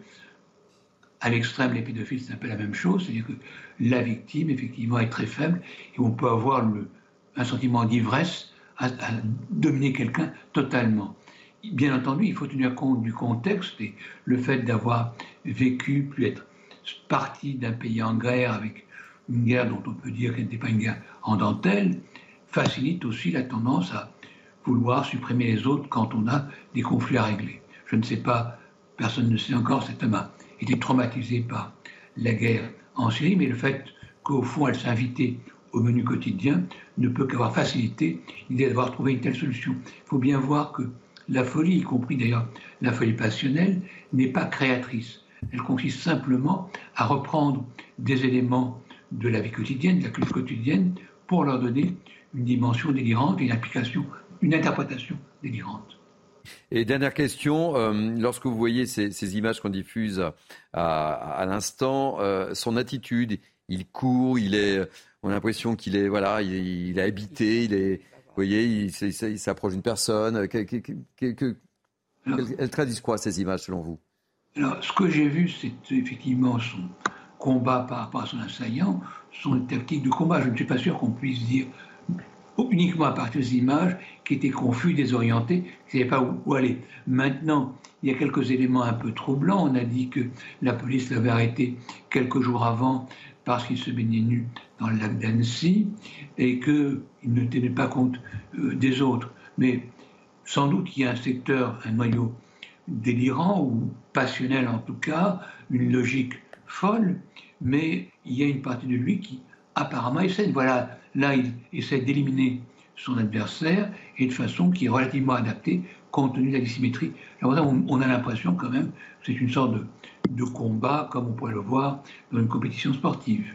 Speaker 20: à l'extrême, les pédophiles, c'est un peu la même chose, c'est-à-dire que la victime, effectivement, est très faible et on peut avoir le, un sentiment d'ivresse à, à dominer quelqu'un totalement. Bien entendu, il faut tenir compte du contexte et le fait d'avoir vécu, puis être parti d'un pays en guerre avec une guerre dont on peut dire qu'elle n'était pas une guerre en dentelle, facilite aussi la tendance à vouloir supprimer les autres quand on a des conflits à régler. Je ne sais pas, personne ne sait encore, cet homme a été traumatisé par la guerre en Syrie, mais le fait qu'au fond elle s'invitait au menu quotidien ne peut qu'avoir facilité l'idée d'avoir trouvé une telle solution. Il faut bien voir que la folie, y compris d'ailleurs la folie passionnelle, n'est pas créatrice. Elle consiste simplement à reprendre des éléments de la vie quotidienne, de la culture quotidienne, pour leur donner une dimension délirante et une application, une interprétation délirante.
Speaker 2: Et dernière question, euh, lorsque vous voyez ces, ces images qu'on diffuse à, à l'instant, euh, son attitude, il court, il est, on a l'impression qu'il est, voilà, il, il est habité, il est, vous voyez, il, il, il s'approche d'une personne. Que, que, que, que, Alors, elles traduisent quoi ces images selon vous ?
Speaker 20: Alors, ce que j'ai vu, c'est effectivement son combat par rapport à son assaillant, son tactique de combat. Je ne suis pas sûr qu'on puisse dire uniquement à partir des images qui étaient confus, désorientés, qui ne savaient pas où, où aller. Maintenant, il y a quelques éléments un peu troublants. On a dit que la police l'avait arrêté quelques jours avant parce qu'il se baignait nu dans le lac d'Annecy et qu'il ne tenait pas compte euh, des autres. Mais sans doute qu'il y a un secteur, un noyau délirant ou passionnel en tout cas, une logique folle, mais il y a une partie de lui qui apparemment essaie, voilà, là il essaie d'éliminer son adversaire et de façon qui est relativement adaptée compte tenu de la dissymétrie. Alors on, on a l'impression quand même que c'est une sorte de, de combat comme on pourrait le voir dans une compétition sportive.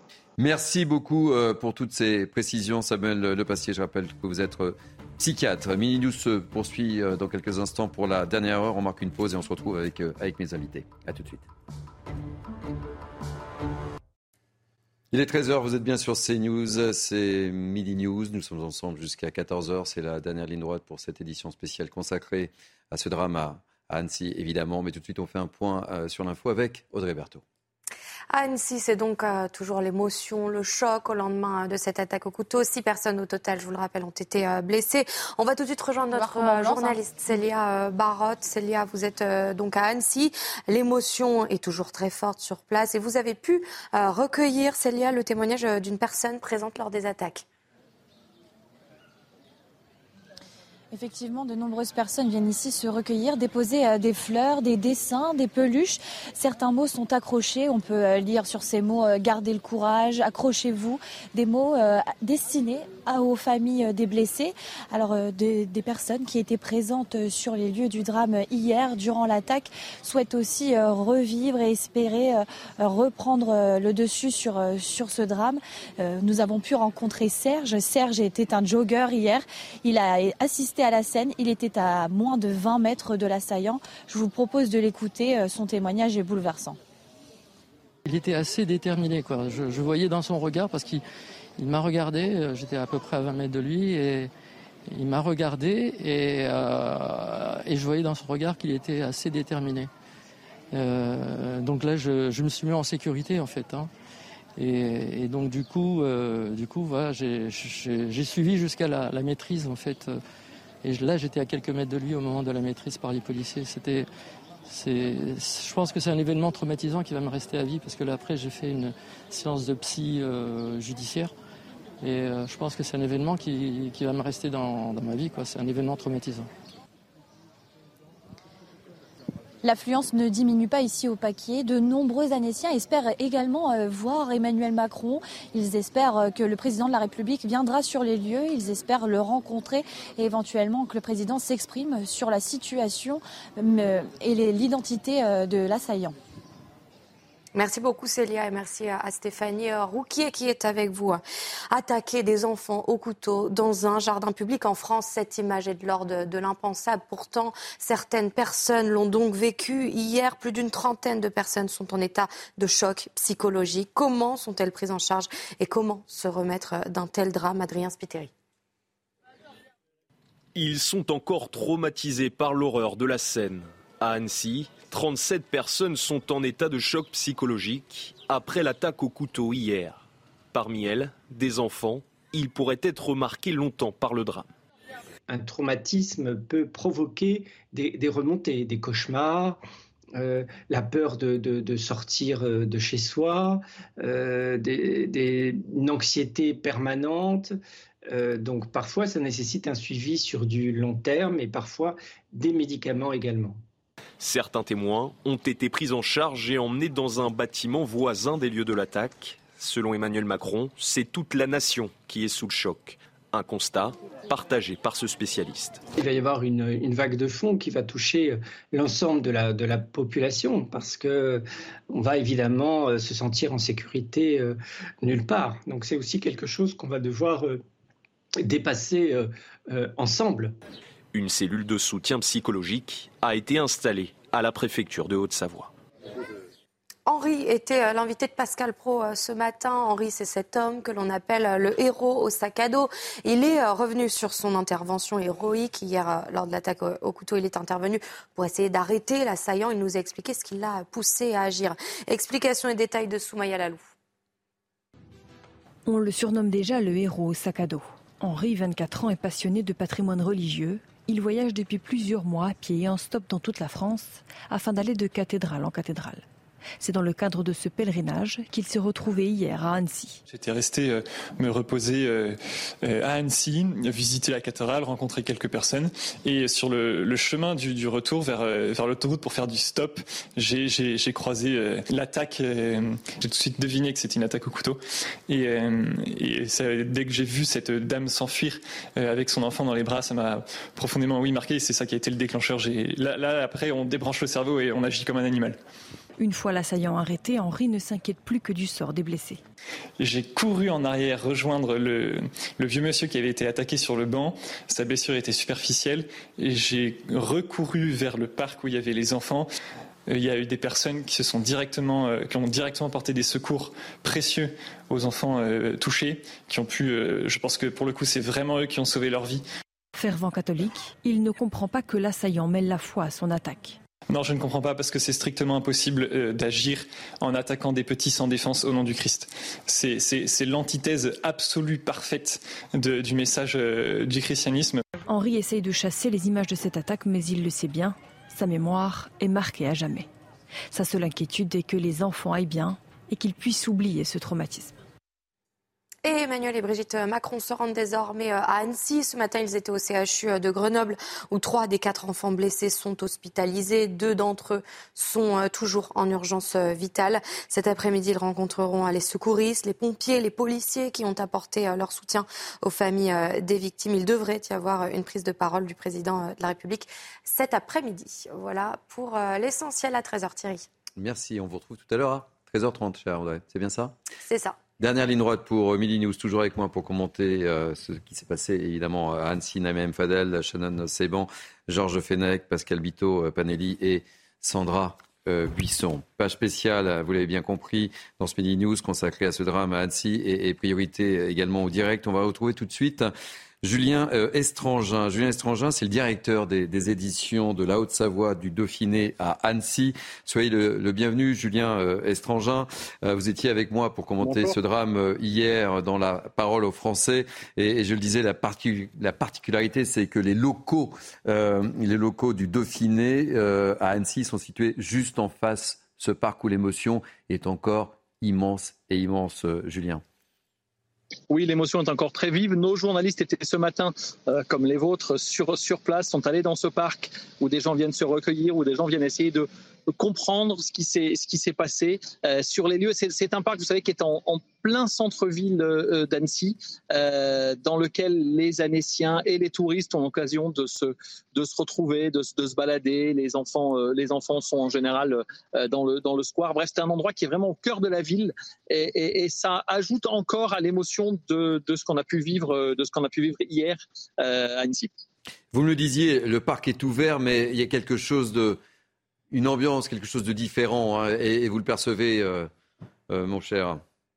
Speaker 2: Merci beaucoup pour toutes ces précisions, Samuel Lepastier. Je rappelle que vous êtes psychiatre. Mini News se poursuit dans quelques instants pour la dernière heure. On marque une pause et on se retrouve avec, avec mes invités. A tout de suite. Il est treize heures, vous êtes bien sur CNews, c'est Midi News. Nous sommes ensemble jusqu'à quatorze heures. C'est la dernière ligne droite pour cette édition spéciale consacrée à ce drame à, à Annecy, évidemment. Mais tout de suite, on fait un point euh, sur l'info avec Audrey Berthaud.
Speaker 3: À Annecy, c'est donc euh, toujours l'émotion, le choc au lendemain de cette attaque au couteau. Six personnes au total, je vous le rappelle, ont été euh, blessées. On va tout de suite rejoindre notre euh, journaliste Célia euh, Barotte. Célia, vous êtes euh, donc à Annecy. L'émotion est toujours très forte sur place. Et vous avez pu euh, recueillir, Célia, le témoignage euh, d'une personne présente lors des attaques.
Speaker 10: Effectivement, de nombreuses personnes viennent ici se recueillir, déposer euh, des fleurs, des dessins, des peluches. Certains mots sont accrochés. On peut euh, lire sur ces mots euh, « Gardez le courage »,« Accrochez-vous », des mots euh, destinés à, aux familles euh, des blessés. Alors, euh, de, des personnes qui étaient présentes euh, sur les lieux du drame euh, hier, durant l'attaque, souhaitent aussi euh, revivre et espérer euh, reprendre euh, le dessus sur, euh, sur ce drame. Euh, nous avons pu rencontrer Serge. Serge était un jogger hier. Il a assisté à la scène. Il était à moins de vingt mètres de l'assaillant. Je vous propose de l'écouter. Son témoignage est bouleversant.
Speaker 21: Il était assez déterminé, quoi. Je, je voyais dans son regard parce qu'il il m'a regardé. J'étais à peu près à vingt mètres de lui et il m'a regardé et, euh, et je voyais dans son regard qu'il était assez déterminé. Euh, donc là, je, je me suis mis en sécurité en fait. Hein. Et, et donc du coup, euh, du coup, voilà, j'ai, j'ai, j'ai suivi jusqu'à la, la maîtrise en fait. Et là, j'étais à quelques mètres de lui au moment de la maîtrise par les policiers. C'était, c'est, je pense que c'est un événement traumatisant qui va me rester à vie parce que là après, j'ai fait une séance de psy euh, judiciaire et euh, je pense que c'est un événement qui, qui va me rester dans, dans ma vie, quoi. C'est un événement traumatisant.
Speaker 10: L'affluence ne diminue pas ici au Paquier. De nombreux Annéciens espèrent également euh, voir Emmanuel Macron. Ils espèrent euh, que le président de la République viendra sur les lieux. Ils espèrent le rencontrer et éventuellement que le président s'exprime sur la situation euh, et les, l'identité euh, de l'assaillant.
Speaker 3: Merci beaucoup Célia et merci à Stéphanie Rouquier qui est avec vous. Attaquer des enfants au couteau dans un jardin public en France, cette image est de l'ordre de l'impensable. Pourtant, certaines personnes l'ont donc vécu. Hier, plus d'une trentaine de personnes sont en état de choc psychologique. Comment sont-elles prises en charge et comment se remettre d'un tel drame? Adrien Spiteri.
Speaker 17: Ils sont encore traumatisés par l'horreur de la scène. À Annecy, trente-sept personnes sont en état de choc psychologique après l'attaque au couteau hier. Parmi elles, des enfants. Ils pourraient être marqués longtemps par le drame.
Speaker 18: Un traumatisme peut provoquer des, des remontées, des cauchemars, euh, la peur de, de, de sortir de chez soi, euh, des, des, une anxiété permanente. Euh, donc parfois, ça nécessite un suivi sur du long terme et parfois des médicaments également.
Speaker 17: Certains témoins ont été pris en charge et emmenés dans un bâtiment voisin des lieux de l'attaque. Selon Emmanuel Macron, c'est toute la nation qui est sous le choc. Un constat partagé par ce spécialiste.
Speaker 18: Il va y avoir une, une vague de fond qui va toucher l'ensemble de la, de la population parce qu'on va évidemment se sentir en sécurité euh, nulle part. Donc c'est aussi quelque chose qu'on va devoir euh, dépasser euh, euh, ensemble.
Speaker 17: Une cellule de soutien psychologique a été installée à la préfecture de Haute-Savoie.
Speaker 3: Henri était l'invité de Pascal Praud ce matin. Henri, c'est cet homme que l'on appelle le héros au sac à dos. Il est revenu sur son intervention héroïque. Hier, lors de l'attaque au couteau, il est intervenu pour essayer d'arrêter l'assaillant. Il nous a expliqué ce qui l'a poussé à agir. Explications et détails de Soumaya Lalou.
Speaker 1: On le surnomme déjà le héros au sac à dos. Henri, vingt-quatre ans, est passionné de patrimoine religieux. Il voyage depuis plusieurs mois à pied et en stop dans toute la France afin d'aller de cathédrale en cathédrale. C'est dans le cadre de ce pèlerinage qu'il s'est retrouvé hier à Annecy.
Speaker 4: J'étais resté euh, me reposer euh, euh, à Annecy, visiter la cathédrale, rencontrer quelques personnes. Et sur le, le chemin du, du retour vers, euh, vers l'autoroute pour faire du stop, j'ai, j'ai, j'ai croisé euh, l'attaque. Euh, j'ai tout de suite deviné que c'était une attaque au couteau. Et, euh, et ça, dès que j'ai vu cette dame s'enfuir euh, avec son enfant dans les bras, ça m'a profondément oui, marqué. Et c'est ça qui a été le déclencheur. J'ai, là, là, après, on débranche le cerveau et on agit comme un animal.
Speaker 1: Une fois l'assaillant arrêté, Henri ne s'inquiète plus que du sort des blessés.
Speaker 4: J'ai couru en arrière rejoindre le, le vieux monsieur qui avait été attaqué sur le banc. Sa blessure était superficielle. Et j'ai recouru vers le parc où il y avait les enfants. Il y a eu des personnes qui se sont directement, qui ont directement porté des secours précieux aux enfants euh, touchés, qui ont pu, euh, je pense que pour le coup, c'est vraiment eux qui ont sauvé leur vie.
Speaker 1: Fervent catholique, il ne comprend pas que l'assaillant mêle la foi à son attaque.
Speaker 4: Non, je ne comprends pas parce que c'est strictement impossible euh, d'agir en attaquant des petits sans défense au nom du Christ. C'est, c'est, c'est l'antithèse absolue, parfaite de, du message euh, du christianisme.
Speaker 1: Henri essaye de chasser les images de cette attaque, mais il le sait bien, sa mémoire est marquée à jamais. Sa seule inquiétude est que les enfants aillent bien et qu'ils puissent oublier ce traumatisme.
Speaker 3: Et Emmanuel et Brigitte Macron se rendent désormais à Annecy. Ce matin, ils étaient au C H U de Grenoble, où trois des quatre enfants blessés sont hospitalisés. Deux d'entre eux sont toujours en urgence vitale. Cet après-midi, ils rencontreront les secouristes, les pompiers, les policiers qui ont apporté leur soutien aux familles des victimes. Il devrait y avoir une prise de parole du président de la République cet après-midi. Voilà pour l'essentiel à treize heures, Thierry.
Speaker 2: Merci, on vous retrouve tout à l'heure à treize heures trente, cher Audrey. C'est bien ça ?
Speaker 3: C'est ça.
Speaker 2: Dernière ligne droite pour Midi News, toujours avec moi pour commenter euh, ce qui s'est passé évidemment à Annecy, Naïma Fadel, Shannon Seban, Georges Fenech, Pascal Bito, euh, Panelli et Sandra euh, Buisson. Page spéciale, vous l'avez bien compris, dans ce Midi News consacré à ce drame à Annecy et, et priorité également au direct. On va retrouver tout de suite Julien euh, Estrangin. Julien Estrangin, c'est le directeur des, des éditions de la Haute-Savoie du Dauphiné à Annecy. Soyez le, le bienvenu, Julien euh, Estrangin. Euh, vous étiez avec moi pour commenter Bonjour. ce drame euh, hier dans la Parole aux Français. Et, et je le disais, la, partic- la particularité, c'est que les locaux, euh, les locaux du Dauphiné euh, à Annecy sont situés juste en face, ce parc où l'émotion est encore immense et immense, euh, Julien.
Speaker 9: Oui, l'émotion est encore très vive. Nos journalistes étaient ce matin, euh, comme les vôtres, sur, sur place, sont allés dans ce parc où des gens viennent se recueillir, où des gens viennent essayer de comprendre ce qui s'est, ce qui s'est passé euh, sur les lieux. C'est, c'est un parc, vous savez, qui est en, en plein centre-ville euh, d'Annecy, euh, dans lequel les Annéciens et les touristes ont l'occasion de se, de se retrouver, de, de se balader. Les enfants, euh, les enfants sont en général euh, dans, le, dans le square. Bref, c'est un endroit qui est vraiment au cœur de la ville et, et, et ça ajoute encore à l'émotion de, de ce qu'on a pu vivre, de ce qu'on a pu vivre hier euh, à Annecy.
Speaker 2: Vous me le disiez, le parc est ouvert, mais il y a quelque chose de, une ambiance, quelque chose de différent, hein, et, et vous le percevez, euh, euh, mon cher.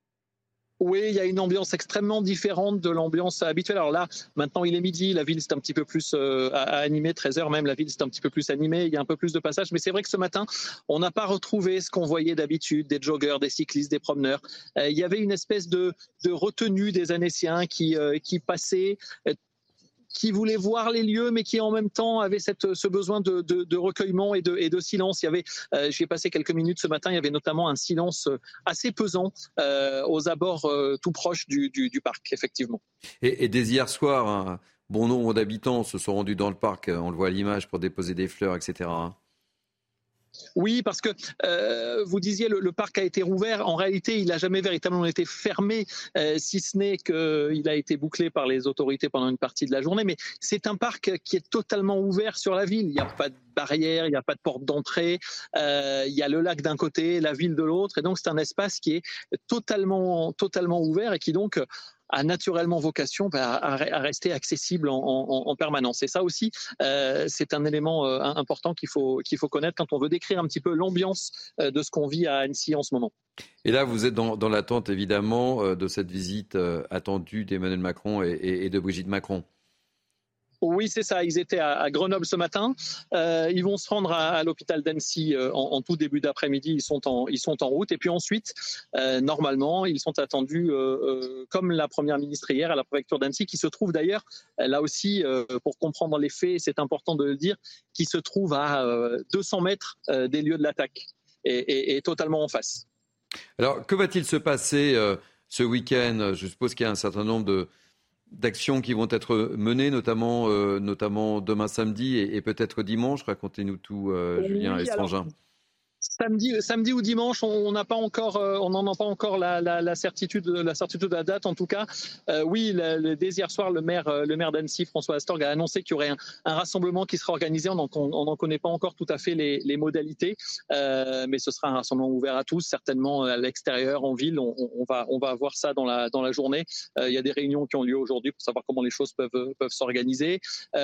Speaker 9: Oui, il y a une ambiance extrêmement différente de l'ambiance habituelle. Alors là, maintenant il est midi, la ville c'est un petit peu plus euh, à, à animer, treize heures même, la ville c'est un petit peu plus animée, il y a un peu plus de passages. Mais c'est vrai que ce matin, on n'a pas retrouvé ce qu'on voyait d'habitude, des joggeurs, des cyclistes, des promeneurs. Euh, il y avait une espèce de, de retenue des Annéciens qui, euh, qui passaient, euh, qui voulaient voir les lieux, mais qui en même temps avaient cette, ce besoin de, de, de recueillement et de, et de silence. Il y avait, euh, j'y ai passé quelques minutes ce matin, il y avait notamment un silence assez pesant euh, aux abords euh, tout proches du, du, du parc, effectivement.
Speaker 2: Et, et dès hier soir, un bon nombre d'habitants se sont rendus dans le parc, on le voit à l'image, pour déposer des fleurs, et cetera.
Speaker 9: Oui, parce que euh, vous disiez le, le parc a été rouvert. En réalité, il n'a jamais véritablement été fermé, euh, si ce n'est qu'il a été bouclé par les autorités pendant une partie de la journée. Mais c'est un parc qui est totalement ouvert sur la ville. Il n'y a pas de barrière, il n'y a pas de porte d'entrée. Euh, il y a le lac d'un côté, la ville de l'autre. Et donc, c'est un espace qui est totalement, totalement ouvert et qui donc a naturellement vocation à, à rester accessible en, en, en permanence. Et ça aussi, euh, c'est un élément euh, important qu'il faut, qu'il faut connaître quand on veut décrire un petit peu l'ambiance euh, de ce qu'on vit à Annecy en ce moment.
Speaker 2: Et là, vous êtes dans, dans l'attente, évidemment, euh, de cette visite euh, attendue d'Emmanuel Macron et, et, et de Brigitte Macron.
Speaker 9: Oui, c'est ça. Ils étaient à, à Grenoble ce matin. Euh, ils vont se rendre à, à l'hôpital d'Annecy euh, en, en tout début d'après-midi. Ils sont en, ils sont en route. Et puis ensuite, euh, normalement, ils sont attendus, euh, euh, comme la première ministre hier, à la préfecture d'Annecy, qui se trouve d'ailleurs, là aussi, euh, pour comprendre les faits, c'est important de le dire, qui se trouve à euh, deux cents mètres euh, des lieux de l'attaque et, et, et totalement en face.
Speaker 2: Alors, que va-t-il se passer euh, ce week-end ? Je suppose qu'il y a un certain nombre de d'actions qui vont être menées, notamment, euh, notamment demain samedi et, et peut-être dimanche. Racontez-nous tout, euh, oui, Julien Estrangin.
Speaker 9: Samedi, samedi ou dimanche, on n'a pas encore, on n'en a pas encore la, la, la certitude, la certitude de la date. En tout cas, euh, oui, le, le, dès hier soir, le maire, le maire d'Annecy, François Astorg, a annoncé qu'il y aurait un, un rassemblement qui sera organisé. On n'en connaît pas encore tout à fait les, les modalités, euh, mais ce sera un rassemblement ouvert à tous, certainement à l'extérieur, en ville. On, on va, on va voir ça dans la, dans la journée. Euh, il y a des réunions qui ont lieu aujourd'hui pour savoir comment les choses peuvent, peuvent s'organiser,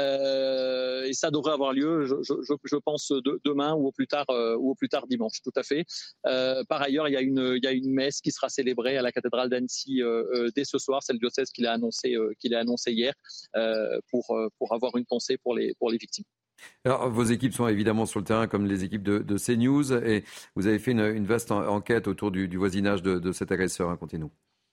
Speaker 9: euh, et ça devrait avoir lieu, je, je, je pense, de, demain ou au plus tard, euh, ou au plus tard dimanche, tout à fait. Euh, par ailleurs, il y a une, il y a une messe qui sera célébrée à la cathédrale d'Annecy euh, euh, dès ce soir. C'est le diocèse qui l'a annoncé, euh, qui l'a annoncé hier, euh, pour, euh, pour avoir une pensée pour les, pour les victimes.
Speaker 2: Alors, vos équipes sont évidemment sur le terrain, comme les équipes de, de CNews, et vous avez fait une, une vaste enquête autour du, du voisinage de, de cet agresseur. Racontez-nous.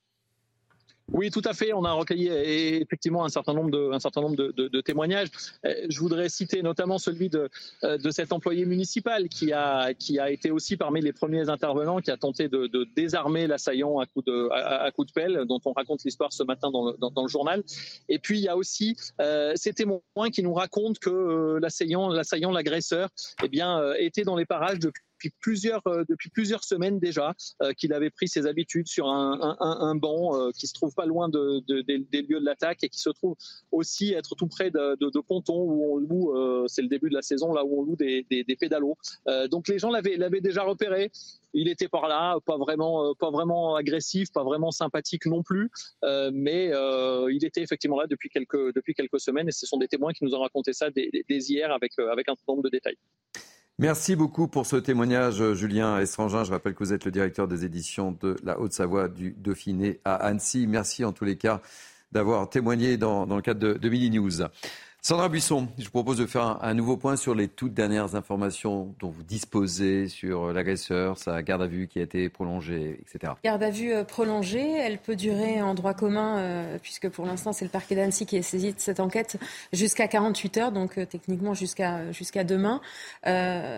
Speaker 9: Oui, tout à fait. On a recueilli effectivement un certain nombre de, un certain nombre de, de, de témoignages. Je voudrais citer notamment celui de, de cet employé municipal qui a, qui a été aussi parmi les premiers intervenants, qui a tenté de, de désarmer l'assaillant à coups de, à, à coup de pelle, dont on raconte l'histoire ce matin dans le, dans, dans le journal. Et puis il y a aussi euh, ces témoins qui nous racontent que euh, l'assaillant, l'assaillant, l'agresseur, eh bien, euh, était dans les parages depuis Depuis plusieurs, euh, depuis plusieurs semaines déjà, euh, qu'il avait pris ses habitudes sur un, un, un banc euh, qui se trouve pas loin de, de, de, des lieux de l'attaque et qui se trouve aussi être tout près de, de, de pontons où on loue, euh, c'est le début de la saison, là où on loue des, des, des pédalos. Euh, donc les gens l'avaient, l'avaient déjà repéré. Il était par là, pas vraiment, pas vraiment agressif, pas vraiment sympathique non plus, euh, mais euh, il était effectivement là depuis quelques, depuis quelques semaines et ce sont des témoins qui nous ont raconté ça dès, dès hier avec, avec un certain nombre de détails.
Speaker 2: Merci beaucoup pour ce témoignage, Julien Estrangin. Je rappelle que vous êtes le directeur des éditions de la Haute-Savoie du Dauphiné à Annecy. Merci en tous les cas d'avoir témoigné dans, dans le cadre de, de Midi News. Sandra Buisson, je vous propose de faire un, un nouveau point sur les toutes dernières informations dont vous disposez sur l'agresseur, sa garde à vue qui a été prolongée, et cetera.
Speaker 16: Garde à vue prolongée, elle peut durer en droit commun, euh, puisque pour l'instant c'est le parquet d'Annecy qui est saisi de cette enquête, jusqu'à quarante-huit heures, donc euh, techniquement jusqu'à, jusqu'à demain. Euh,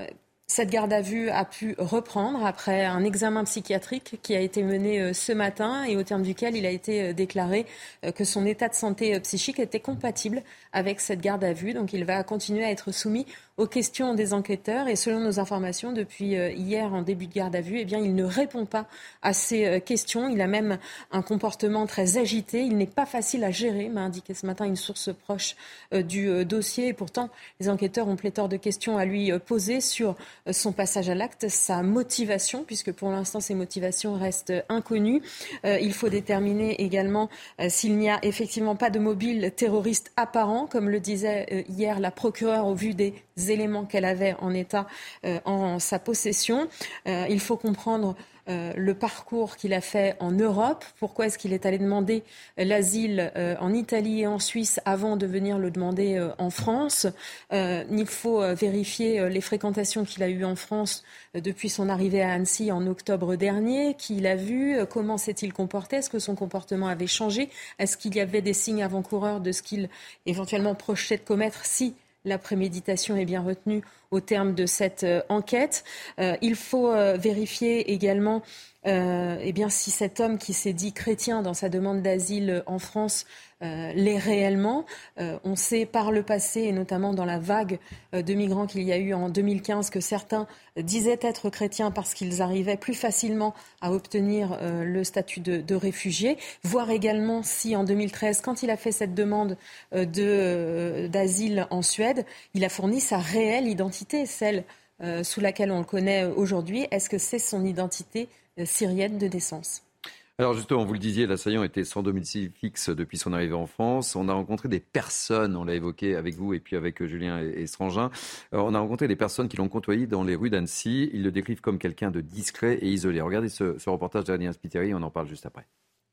Speaker 16: Cette garde à vue a pu reprendre après un examen psychiatrique qui a été mené ce matin et au terme duquel il a été déclaré que son état de santé psychique était compatible avec cette garde à vue. Donc il va continuer à être soumis aux questions des enquêteurs et selon nos informations depuis hier en début de garde à vue, eh bien, il ne répond pas à ces questions. Il a même un comportement très agité. Il n'est pas facile à gérer, m'a indiqué ce matin une source proche du dossier. Et pourtant, les enquêteurs ont pléthore de questions à lui poser sur son passage à l'acte, sa motivation, puisque pour l'instant ses motivations restent inconnues. Euh, il faut déterminer également euh, s'il n'y a effectivement pas de mobile terroriste apparent, comme le disait euh, hier la procureure au vu des éléments qu'elle avait en état euh, en sa possession. Euh, il faut comprendre Euh, le parcours qu'il a fait en Europe. Pourquoi est-ce qu'il est allé demander l'asile euh, en Italie et en Suisse avant de venir le demander euh, en France. Euh, il faut euh, vérifier euh, les fréquentations qu'il a eues en France euh, depuis son arrivée à Annecy en octobre dernier, qui il a vu, euh, comment s'est-il comporté, est-ce que son comportement avait changé, est-ce qu'il y avait des signes avant-coureurs de ce qu'il éventuellement projetait de commettre si la préméditation est bien retenue au terme de cette euh, enquête. Euh, il faut euh, vérifier également euh, eh bien, si cet homme qui s'est dit chrétien dans sa demande d'asile en France euh, l'est réellement. Euh, on sait par le passé, et notamment dans la vague euh, de migrants qu'il y a eu en deux mille quinze, que certains disaient être chrétiens parce qu'ils arrivaient plus facilement à obtenir euh, le statut de, de réfugié. Voir également si en deux mille treize, quand il a fait cette demande euh, de, euh, d'asile en Suède, il a fourni sa réelle identité, celle euh, sous laquelle on le connaît aujourd'hui. Est-ce que c'est son identité euh, syrienne de naissance ?
Speaker 2: Alors justement, vous le disiez, l'assaillant était sans domicile fixe depuis son arrivée en France. On a rencontré des personnes, on l'a évoqué avec vous et puis avec Julien Estrangin, euh, on a rencontré des personnes qui l'ont côtoyé dans les rues d'Annecy. Ils le décrivent comme quelqu'un de discret et isolé. Regardez ce, ce reportage d'Adrien Spiteri, on en parle juste après.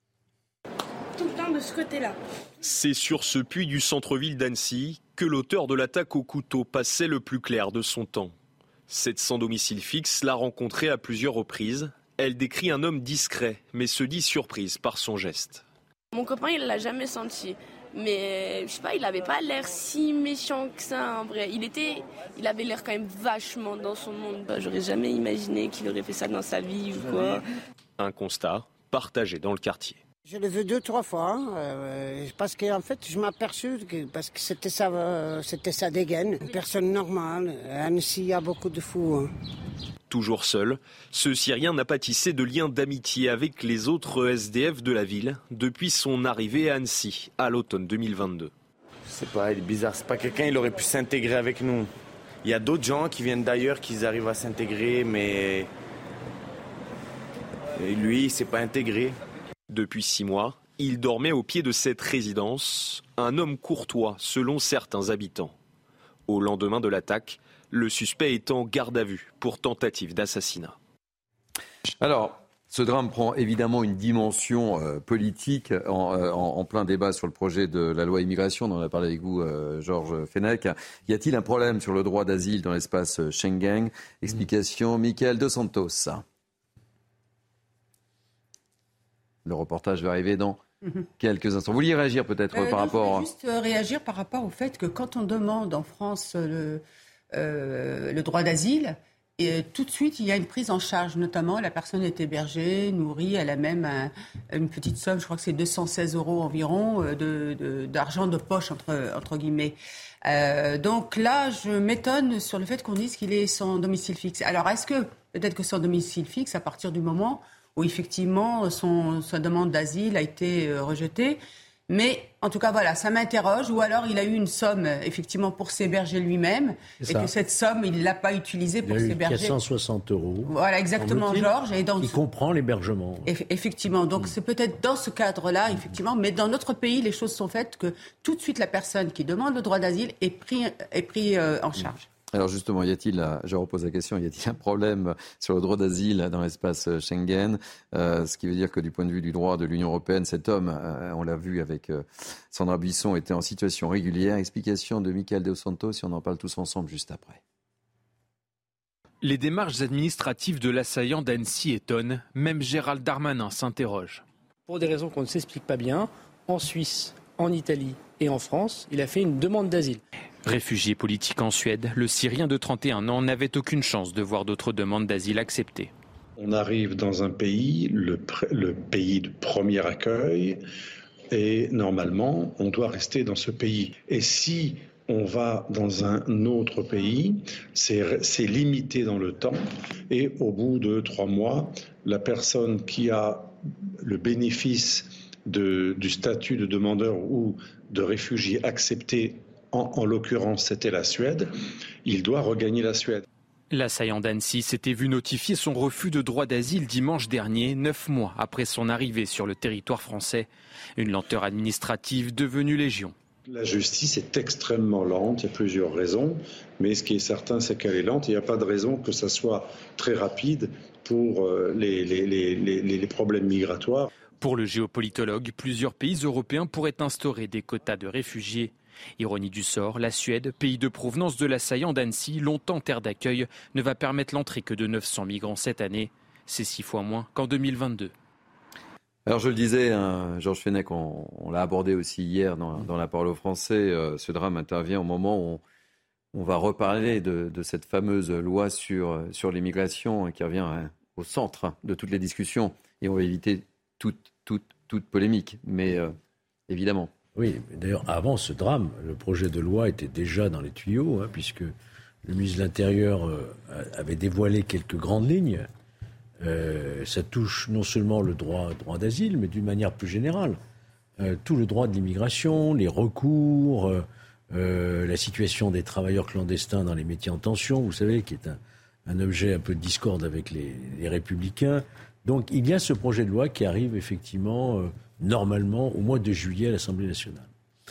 Speaker 11: Tout le temps de ce côté-là.
Speaker 17: C'est sur ce puits du centre-ville d'Annecy que l'auteur de l'attaque au couteau passait le plus clair de son temps. Cette sans domicile fixe l'a rencontré à plusieurs reprises. Elle décrit un homme discret, mais se dit surprise par son geste.
Speaker 11: Mon copain, il l'a jamais senti. Mais je sais pas, il avait pas l'air si méchant que ça en vrai. Il était, il avait l'air quand même vachement dans son monde. J'aurais jamais imaginé qu'il aurait fait ça dans sa vie ou quoi.
Speaker 17: Un constat partagé dans le quartier.
Speaker 22: Je l'ai vu deux, trois fois, hein, euh, parce qu'en fait, je m'aperçus que parce que c'était sa, euh, c'était sa dégaine. Une personne normale. À Annecy, il y a beaucoup de fous. Hein.
Speaker 17: Toujours seul, ce Syrien n'a pas tissé de lien d'amitié avec les autres S D F de la ville depuis son arrivée à Annecy, à l'automne deux mille vingt-deux.
Speaker 23: C'est pas, il est bizarre, c'est pas quelqu'un, il aurait pu s'intégrer avec nous. Il y a d'autres gens qui viennent d'ailleurs, qui arrivent à s'intégrer, mais et lui, il s'est pas intégré.
Speaker 17: Depuis six mois, il dormait au pied de cette résidence, un homme courtois selon certains habitants. Au lendemain de l'attaque, le suspect est en garde à vue pour tentative d'assassinat.
Speaker 2: Alors, ce drame prend évidemment une dimension euh, politique en, euh, en, en plein débat sur le projet de la loi immigration. On en a parlé avec vous, euh, Georges Fenech. Y a-t-il un problème sur le droit d'asile dans l'espace Schengen ? Explication, Michael Dos Santos. Le reportage va arriver dans quelques instants. Vous vouliez réagir peut-être
Speaker 13: euh,
Speaker 22: non,
Speaker 2: par rapport...
Speaker 22: Je voulais juste réagir par rapport au fait que quand on demande en France le, euh, le droit d'asile, et tout de suite, il y a une prise en charge. Notamment, la personne est hébergée, nourrie, elle a même un, une petite somme, je crois que c'est deux cent seize euros environ, de, de, d'argent de poche, entre, entre guillemets. Euh, donc là, je m'étonne sur le fait qu'on dise qu'il est sans domicile fixe. Alors, est-ce que, peut-être que sans domicile fixe, à partir du moment où effectivement son, sa demande d'asile a été euh, rejetée. Mais en tout cas, voilà, ça m'interroge. Ou alors il a eu une somme, effectivement, pour s'héberger lui-même. Et que cette somme, il ne l'a pas utilisée pour s'héberger.
Speaker 14: Il a eu quatre cent soixante euros.
Speaker 22: Voilà, exactement, Georges. Et dans
Speaker 14: qui
Speaker 22: ce...
Speaker 14: comprend l'hébergement.
Speaker 22: Eff- effectivement. Donc mmh. c'est peut-être dans ce cadre-là, effectivement. Mais dans notre pays, les choses sont faites que tout de suite, la personne qui demande le droit d'asile est pris, est pris euh, en charge.
Speaker 2: Alors justement, y a-t-il, je repose la question, y a-t-il un problème sur le droit d'asile dans l'espace Schengen ? euh, Ce qui veut dire que du point de vue du droit de l'Union européenne, cet homme, euh, on l'a vu avec euh, Sandra Buisson, était en situation régulière. Explication de Michael Dos Santos, si on en parle tous ensemble juste après.
Speaker 24: Les démarches administratives de l'assaillant d'Annecy étonnent. Même Gérald Darmanin s'interroge.
Speaker 8: Pour des raisons qu'on ne s'explique pas bien, en Suisse, en Italie et en France, il a fait une demande d'asile.
Speaker 24: Réfugié politique en Suède, le Syrien de trente et un ans n'avait aucune chance de voir d'autres demandes d'asile acceptées.
Speaker 6: On arrive dans un pays, le, le pays de premier accueil, et normalement, on doit rester dans ce pays. Et si on va dans un autre pays, c'est, c'est limité dans le temps, et au bout de trois mois, la personne qui a le bénéfice de, du statut de demandeur ou de réfugié accepté, en, en l'occurrence c'était la Suède, il doit regagner la Suède.
Speaker 24: L'assaillant d'Annecy s'était vu notifier son refus de droit d'asile dimanche dernier, neuf mois après son arrivée sur le territoire français. Une lenteur administrative devenue légion.
Speaker 6: La justice est extrêmement lente, il y a plusieurs raisons, mais ce qui est certain, c'est qu'elle est lente. Il n'y a pas de raison que ça soit très rapide pour les, les, les, les, les problèmes migratoires.
Speaker 24: Pour le géopolitologue, plusieurs pays européens pourraient instaurer des quotas de réfugiés. Ironie du sort, la Suède, pays de provenance de l'assaillant d'Annecy, longtemps terre d'accueil, ne va permettre l'entrée que de neuf cents migrants cette année. C'est six fois moins qu'en deux mille vingt-deux.
Speaker 2: Alors je le disais, hein, Georges Fenech, on, on l'a abordé aussi hier dans, dans la parole aux Français. Euh, ce drame intervient au moment où on, on va reparler de, de cette fameuse loi sur, sur l'immigration qui revient hein, au centre de toutes les discussions. Et on va éviter toute, toute, toute polémique, mais euh, évidemment.
Speaker 14: Oui, d'ailleurs, avant ce drame, le projet de loi était déjà dans les tuyaux, hein, puisque le ministre de l'Intérieur euh, avait dévoilé quelques grandes lignes. Euh, ça touche non seulement le droit, droit d'asile, mais d'une manière plus générale. Euh, tout le droit de l'immigration, les recours, euh, euh, la situation des travailleurs clandestins dans les métiers en tension, vous savez, qui est un, un objet un peu de discorde avec les, les Républicains. Donc il y a ce projet de loi qui arrive effectivement... Euh, normalement au mois de juillet à l'Assemblée nationale.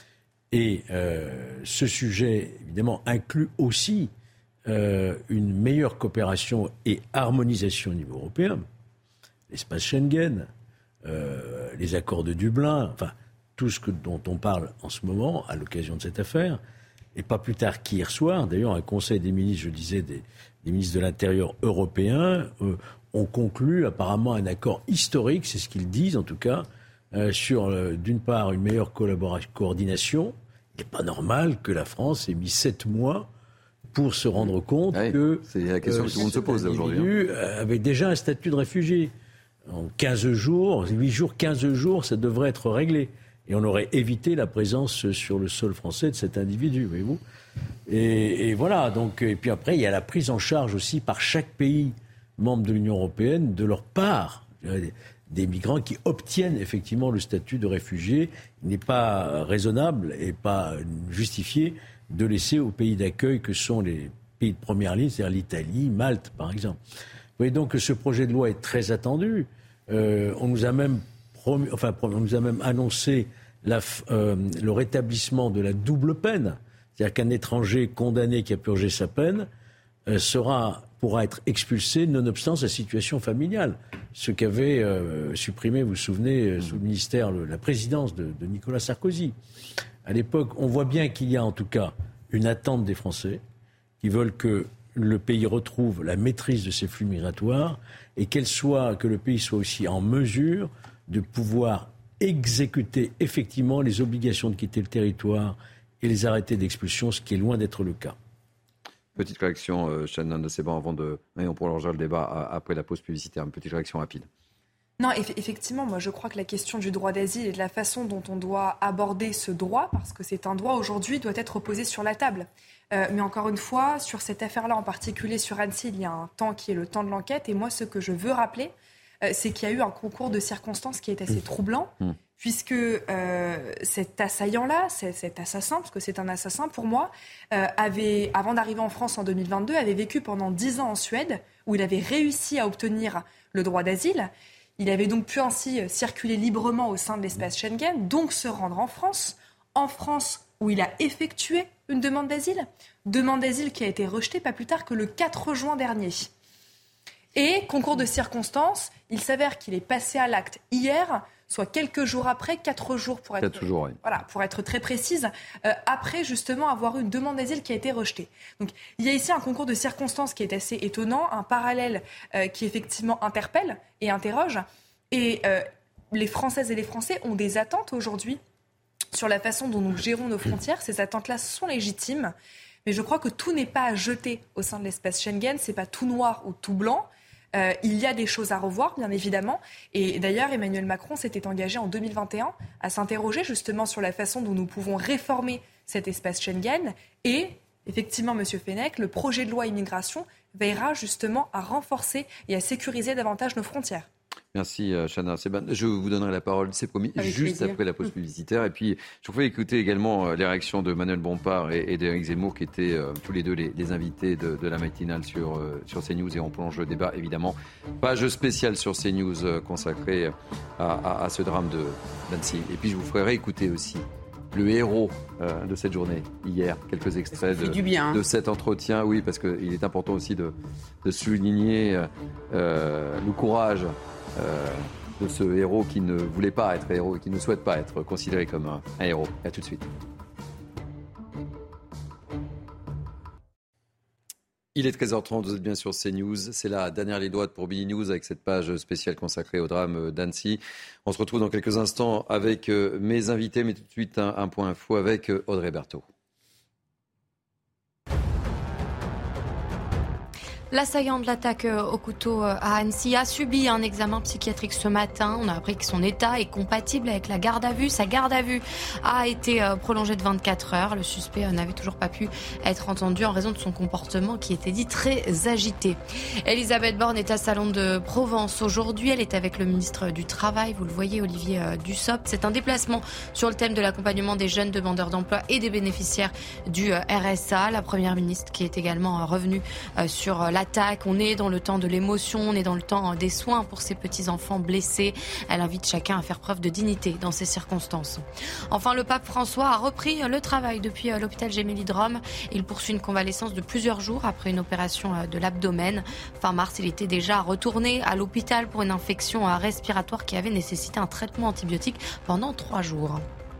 Speaker 14: Et euh, ce sujet, évidemment, inclut aussi euh, une meilleure coopération et harmonisation au niveau européen, l'espace Schengen, euh, les accords de Dublin, enfin, tout ce que, dont on parle en ce moment à l'occasion de cette affaire. Et pas plus tard qu'hier soir, d'ailleurs, un conseil des ministres, je disais, des, des ministres de l'Intérieur européens, euh, ont conclu apparemment un accord historique, c'est ce qu'ils disent en tout cas, Euh, sur, euh, d'une part, une meilleure collaboration, coordination. Il n'est pas normal que la France ait mis sept mois pour se rendre compte oui, que
Speaker 2: c'est la question euh, que tout le monde se pose aujourd'hui.
Speaker 14: Hein. Avait déjà un statut de réfugié. En quinze jours, huit jours, quinze jours, ça devrait être réglé. Et on aurait évité la présence sur le sol français de cet individu, voyez-vous. Et, et voilà. Donc, et puis après, il y a la prise en charge aussi par chaque pays membre de l'Union européenne de leur part. Des migrants qui obtiennent effectivement le statut de réfugié. Il n'est pas raisonnable et pas justifié de laisser aux pays d'accueil que sont les pays de première ligne, c'est-à-dire l'Italie, Malte par exemple. Vous voyez donc que ce projet de loi est très attendu. Euh, on nous a même promis, enfin, on nous a même annoncé la, euh, le rétablissement de la double peine. C'est-à-dire qu'un étranger condamné qui a purgé sa peine euh, sera... pourra être expulsé nonobstant sa situation familiale. Ce qu'avait euh, supprimé, vous vous souvenez, sous le ministère, le, la présidence de, de Nicolas Sarkozy. À l'époque, on voit bien qu'il y a en tout cas une attente des Français qui veulent que le pays retrouve la maîtrise de ses flux migratoires et qu'elle soit, que le pays soit aussi en mesure de pouvoir exécuter effectivement les obligations de quitter le territoire et les arrêtés d'expulsion, ce qui est loin d'être le cas.
Speaker 2: Petite réaction, euh, Shannon de Seban, avant de... Et on prolongera le débat à, après la pause publicitaire. Une petite réaction rapide.
Speaker 12: Non, eff- effectivement, moi je crois que la question du droit d'asile et de la façon dont on doit aborder ce droit, parce que c'est un droit aujourd'hui, doit être posé sur la table. Euh, mais encore une fois, sur cette affaire-là, en particulier sur Annecy, il y a un temps qui est le temps de l'enquête. Et moi, ce que je veux rappeler, euh, c'est qu'il y a eu un concours de circonstances qui est assez mmh. troublant. Mmh. Puisque euh, cet assaillant-là, cet assassin, parce que c'est un assassin pour moi, euh, avait, avant d'arriver en France en deux mille vingt-deux, avait vécu pendant dix ans en Suède, où il avait réussi à obtenir le droit d'asile. Il avait donc pu ainsi circuler librement au sein de l'espace Schengen, donc se rendre en France, en France où il a effectué une demande d'asile, demande d'asile qui a été rejetée pas plus tard que le quatre juin dernier. Et, concours de circonstances, il s'avère qu'il est passé à l'acte hier, soit quelques jours après, quatre jours pour être,
Speaker 2: quatre jours, oui.
Speaker 12: voilà, pour être très précise, euh, après justement avoir eu une demande d'asile qui a été rejetée. Donc il y a ici un concours de circonstances qui est assez étonnant, un parallèle euh, qui effectivement interpelle et interroge. Et euh, les Françaises et les Français ont des attentes aujourd'hui sur la façon dont nous gérons nos frontières. Ces attentes-là sont légitimes, mais je crois que tout n'est pas à jeter au sein de l'espace Schengen. C'est pas tout noir ou tout blanc. Euh, il y a des choses à revoir, bien évidemment. Et d'ailleurs, Emmanuel Macron s'était engagé en deux mille vingt et un à s'interroger justement sur la façon dont nous pouvons réformer cet espace Schengen. Et effectivement, Monsieur Fenech, le projet de loi immigration veillera justement à renforcer et à sécuriser davantage nos frontières.
Speaker 2: Merci Chana. Je vous donnerai la parole, c'est promis,
Speaker 12: Avec
Speaker 2: juste
Speaker 12: plaisir.
Speaker 2: après la pause publicitaire. Et puis, je vous fais écouter également les réactions de Manuel Bompard et, et d'Éric Zemmour, qui étaient euh, tous les deux les, les invités de, de la matinale sur, euh, sur CNews. Et on plonge le débat, évidemment. Page spéciale sur CNews euh, consacrée à, à, à ce drame de d'Annecy. Et puis, je vous ferai réécouter aussi le héros euh, de cette journée, hier, quelques extraits de,
Speaker 13: bien, hein.
Speaker 2: de cet entretien. Oui, parce qu'il est important aussi de, de souligner euh, le courage Euh, de ce héros qui ne voulait pas être héros et qui ne souhaite pas être considéré comme un, un héros. A tout de suite. Il est treize heures trente, vous êtes bien sur CNews. C'est la dernière ligne droite pour Midi News avec cette page spéciale consacrée au drame d'Annecy. On se retrouve dans quelques instants avec mes invités, mais tout de suite un, un point info avec Audrey Berthaud.
Speaker 3: L'assaillant de l'attaque au couteau à Annecy a subi un examen psychiatrique ce matin. On a appris que son état est compatible avec la garde à vue. Sa garde à vue a été prolongée de vingt-quatre heures. Le suspect n'avait toujours pas pu être entendu en raison de son comportement qui était dit très agité. Elisabeth Borne est à Salon de Provence aujourd'hui. Elle est avec le ministre du Travail. Vous le voyez, Olivier Dussopt. C'est un déplacement sur le thème de l'accompagnement des jeunes demandeurs d'emploi et des bénéficiaires du R S A. La première ministre qui est également revenue sur la Attaque. On est dans le temps de l'émotion, on est dans le temps des soins pour ces petits-enfants blessés. Elle invite chacun à faire preuve de dignité dans ces circonstances. Enfin, le pape François a repris le travail depuis l'hôpital Gemelli de Rome. Il poursuit une convalescence de plusieurs jours après une opération de l'abdomen. Fin mars, il était déjà retourné à l'hôpital pour une infection respiratoire qui avait nécessité un traitement antibiotique pendant trois jours.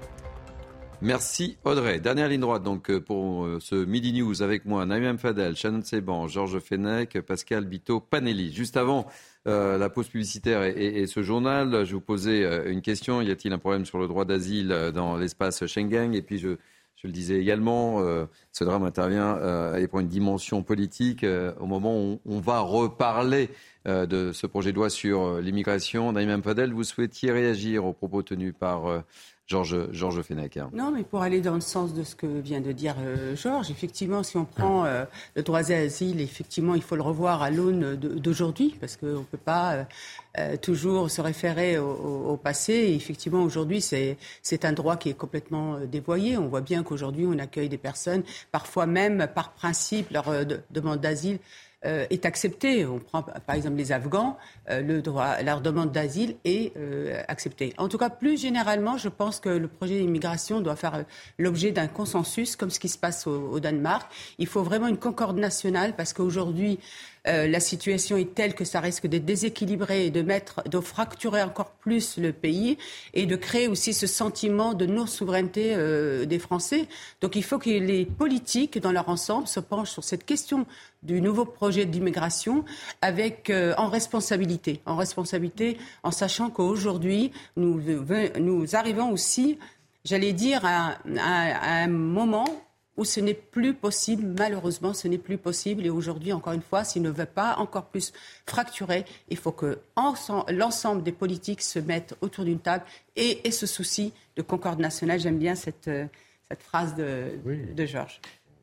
Speaker 2: Merci Audrey. Dernière ligne droite donc pour ce Midi News avec moi, Naïm M. Fadel, Shannon Seban, Georges Fenech, Pascal Bito-Panelli. Juste avant euh, la pause publicitaire et, et, et ce journal, je vous posais une question. Y a-t-il un problème sur le droit d'asile dans l'espace Schengen ? Et puis je, je le disais également, euh, ce drame intervient euh, et prend une dimension politique euh, au moment où on, on va reparler euh, de ce projet de loi sur l'immigration. Naïm M. Fadel, vous souhaitiez réagir aux propos tenus par Euh, Georges, Georges Fenech.
Speaker 13: Non, mais pour aller dans le sens de ce que vient de dire euh, Georges, effectivement, si on prend euh, le droit d'asile, effectivement, il faut le revoir à l'aune de, d'aujourd'hui, parce qu'on ne peut pas euh, toujours se référer au, au, au passé. Et effectivement, aujourd'hui, c'est, c'est un droit qui est complètement dévoyé. On voit bien qu'aujourd'hui, on accueille des personnes, parfois même par principe, leur euh, de, demande d'asile Euh, est acceptée. On prend par exemple les Afghans, euh, le droit, leur demande d'asile est euh, acceptée. En tout cas, plus généralement, je pense que le projet d'immigration doit faire euh, l'objet d'un consensus, comme ce qui se passe au, au Danemark. Il faut vraiment une concorde nationale parce qu'aujourd'hui, Euh, la situation est telle que ça risque de déséquilibrer et de mettre, de fracturer encore plus le pays et de créer aussi ce sentiment de non-souveraineté euh, des Français. Donc il faut que les politiques, dans leur ensemble, se penchent sur cette question du nouveau projet d'immigration avec, euh, en responsabilité, en responsabilité, en sachant qu'aujourd'hui, nous, nous arrivons aussi, j'allais dire, à, à, à un moment où ce n'est plus possible, malheureusement, ce n'est plus possible. Et aujourd'hui, encore une fois, s'il ne veut pas encore plus fracturer, il faut que l'ensemble des politiques se mettent autour d'une table et, et se soucient de concorde nationale. J'aime bien cette, cette phrase de, oui. de Georges.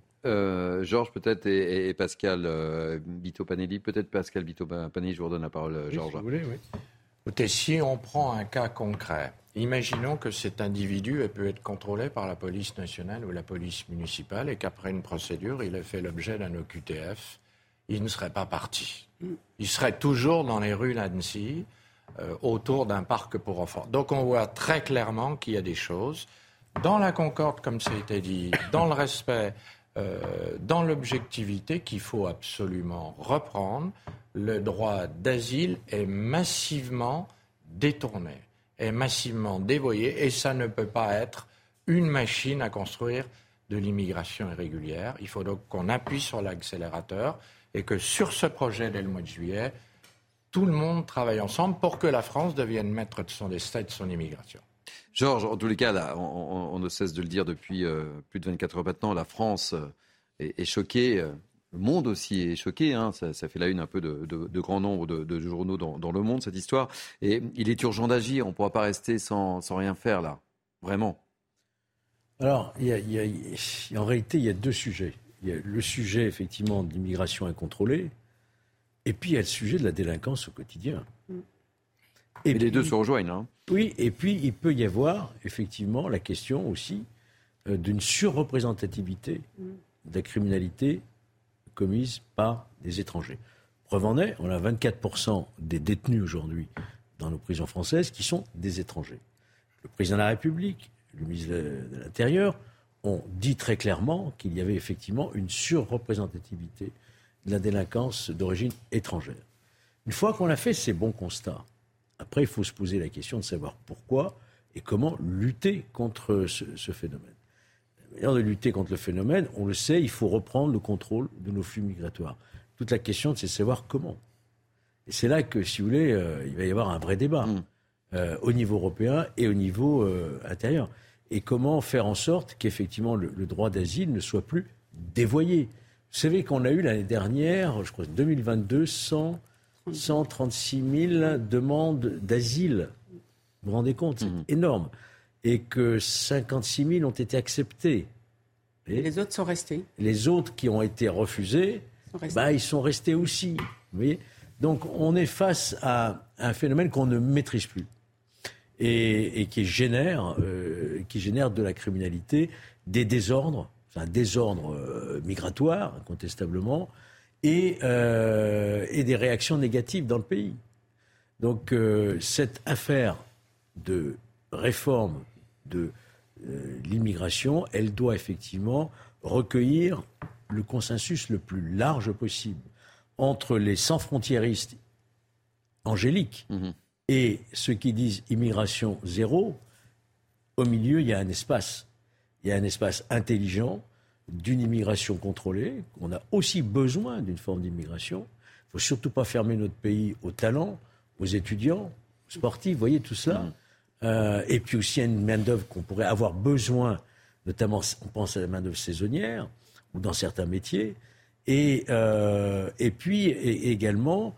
Speaker 2: Euh, Georges peut-être et, et Pascal euh, Bito-Panelli. Peut-être Pascal Bito-Panelli, je vous redonne la parole, oui, Georges.
Speaker 5: Si vous voulez, oui. Écoutez, si on prend un cas concret, imaginons que cet individu peut être contrôlé par la police nationale ou la police municipale et qu'après une procédure, il ait fait l'objet d'un O Q T F, il ne serait pas parti. Il serait toujours dans les rues d'Annecy, euh, autour d'un parc pour enfants. Donc on voit très clairement qu'il y a des choses, dans la concorde, comme ça a été dit, dans le respect, euh, dans l'objectivité qu'il faut absolument reprendre. Le droit d'asile est massivement détourné, est massivement dévoyé, et ça ne peut pas être une machine à construire de l'immigration irrégulière. Il faut donc qu'on appuie sur l'accélérateur et que sur ce projet dès le mois de juillet, tout le monde travaille ensemble pour que la France devienne maître de son destin et de son immigration.
Speaker 2: Georges, en tous les cas, là, on, on, on ne cesse de le dire depuis euh, plus de vingt-quatre heures maintenant, la France euh, est, est choquée. Euh, le monde aussi est choqué. Hein, ça, ça fait la une un peu de, de, de grand nombre de, de journaux dans, dans le monde, cette histoire. Et il est urgent d'agir. On ne pourra pas rester sans, sans rien faire, là. Vraiment.
Speaker 14: Alors, il y a, il y a, en réalité, il y a deux sujets. Il y a le sujet, effectivement, de l'immigration incontrôlée. Et puis, il y a le sujet de la délinquance au quotidien.
Speaker 2: Mm. Et puis, les deux se rejoignent. Hein.
Speaker 14: Oui, et puis il peut y avoir effectivement la question aussi euh, d'une surreprésentativité mm. de la criminalité commise par des étrangers. Preuve en est, on a vingt-quatre pour cent des détenus aujourd'hui dans nos prisons françaises qui sont des étrangers. Le président de la République, le ministre de l'Intérieur ont dit très clairement qu'il y avait effectivement une surreprésentativité de la délinquance d'origine étrangère. Une fois qu'on a fait ces bons constats, après, il faut se poser la question de savoir pourquoi et comment lutter contre ce, ce phénomène. La manière de lutter contre le phénomène, on le sait, il faut reprendre le contrôle de nos flux migratoires. Toute la question, c'est de savoir comment. Et c'est là que, si vous voulez, euh, il va y avoir un vrai débat mmh. euh, au niveau européen et au niveau euh, intérieur. Et comment faire en sorte qu'effectivement le, le droit d'asile ne soit plus dévoyé. Vous savez qu'on a eu l'année dernière, je crois deux mille vingt-deux, cent trente-six mille demandes d'asile. Vous vous rendez compte, c'est mmh. énorme. Et que cinquante-six mille ont été acceptées. Et,
Speaker 22: et les autres sont restés.
Speaker 14: Les autres qui ont été refusés, sont bah, ils sont restés aussi. Vous voyez ? Donc on est face à un phénomène qu'on ne maîtrise plus et, et qui, génère, euh, qui génère de la criminalité, des désordres, un désordre euh, migratoire, incontestablement, et, euh, et des réactions négatives dans le pays. Donc euh, cette affaire de réforme de euh, l'immigration, elle doit effectivement recueillir le consensus le plus large possible entre les sans-frontiéristes angéliques mmh. et ceux qui disent immigration zéro. Au milieu, il y a un espace. Il y a un espace intelligent d'une immigration contrôlée. On a aussi besoin d'une forme d'immigration. Il ne faut surtout pas fermer notre pays aux talents, aux étudiants, aux sportifs. Vous voyez tout cela. Mmh. Euh, et puis aussi à une main-d'œuvre qu'on pourrait avoir besoin, notamment on pense à la main-d'œuvre saisonnière ou dans certains métiers. Et, euh, et puis et également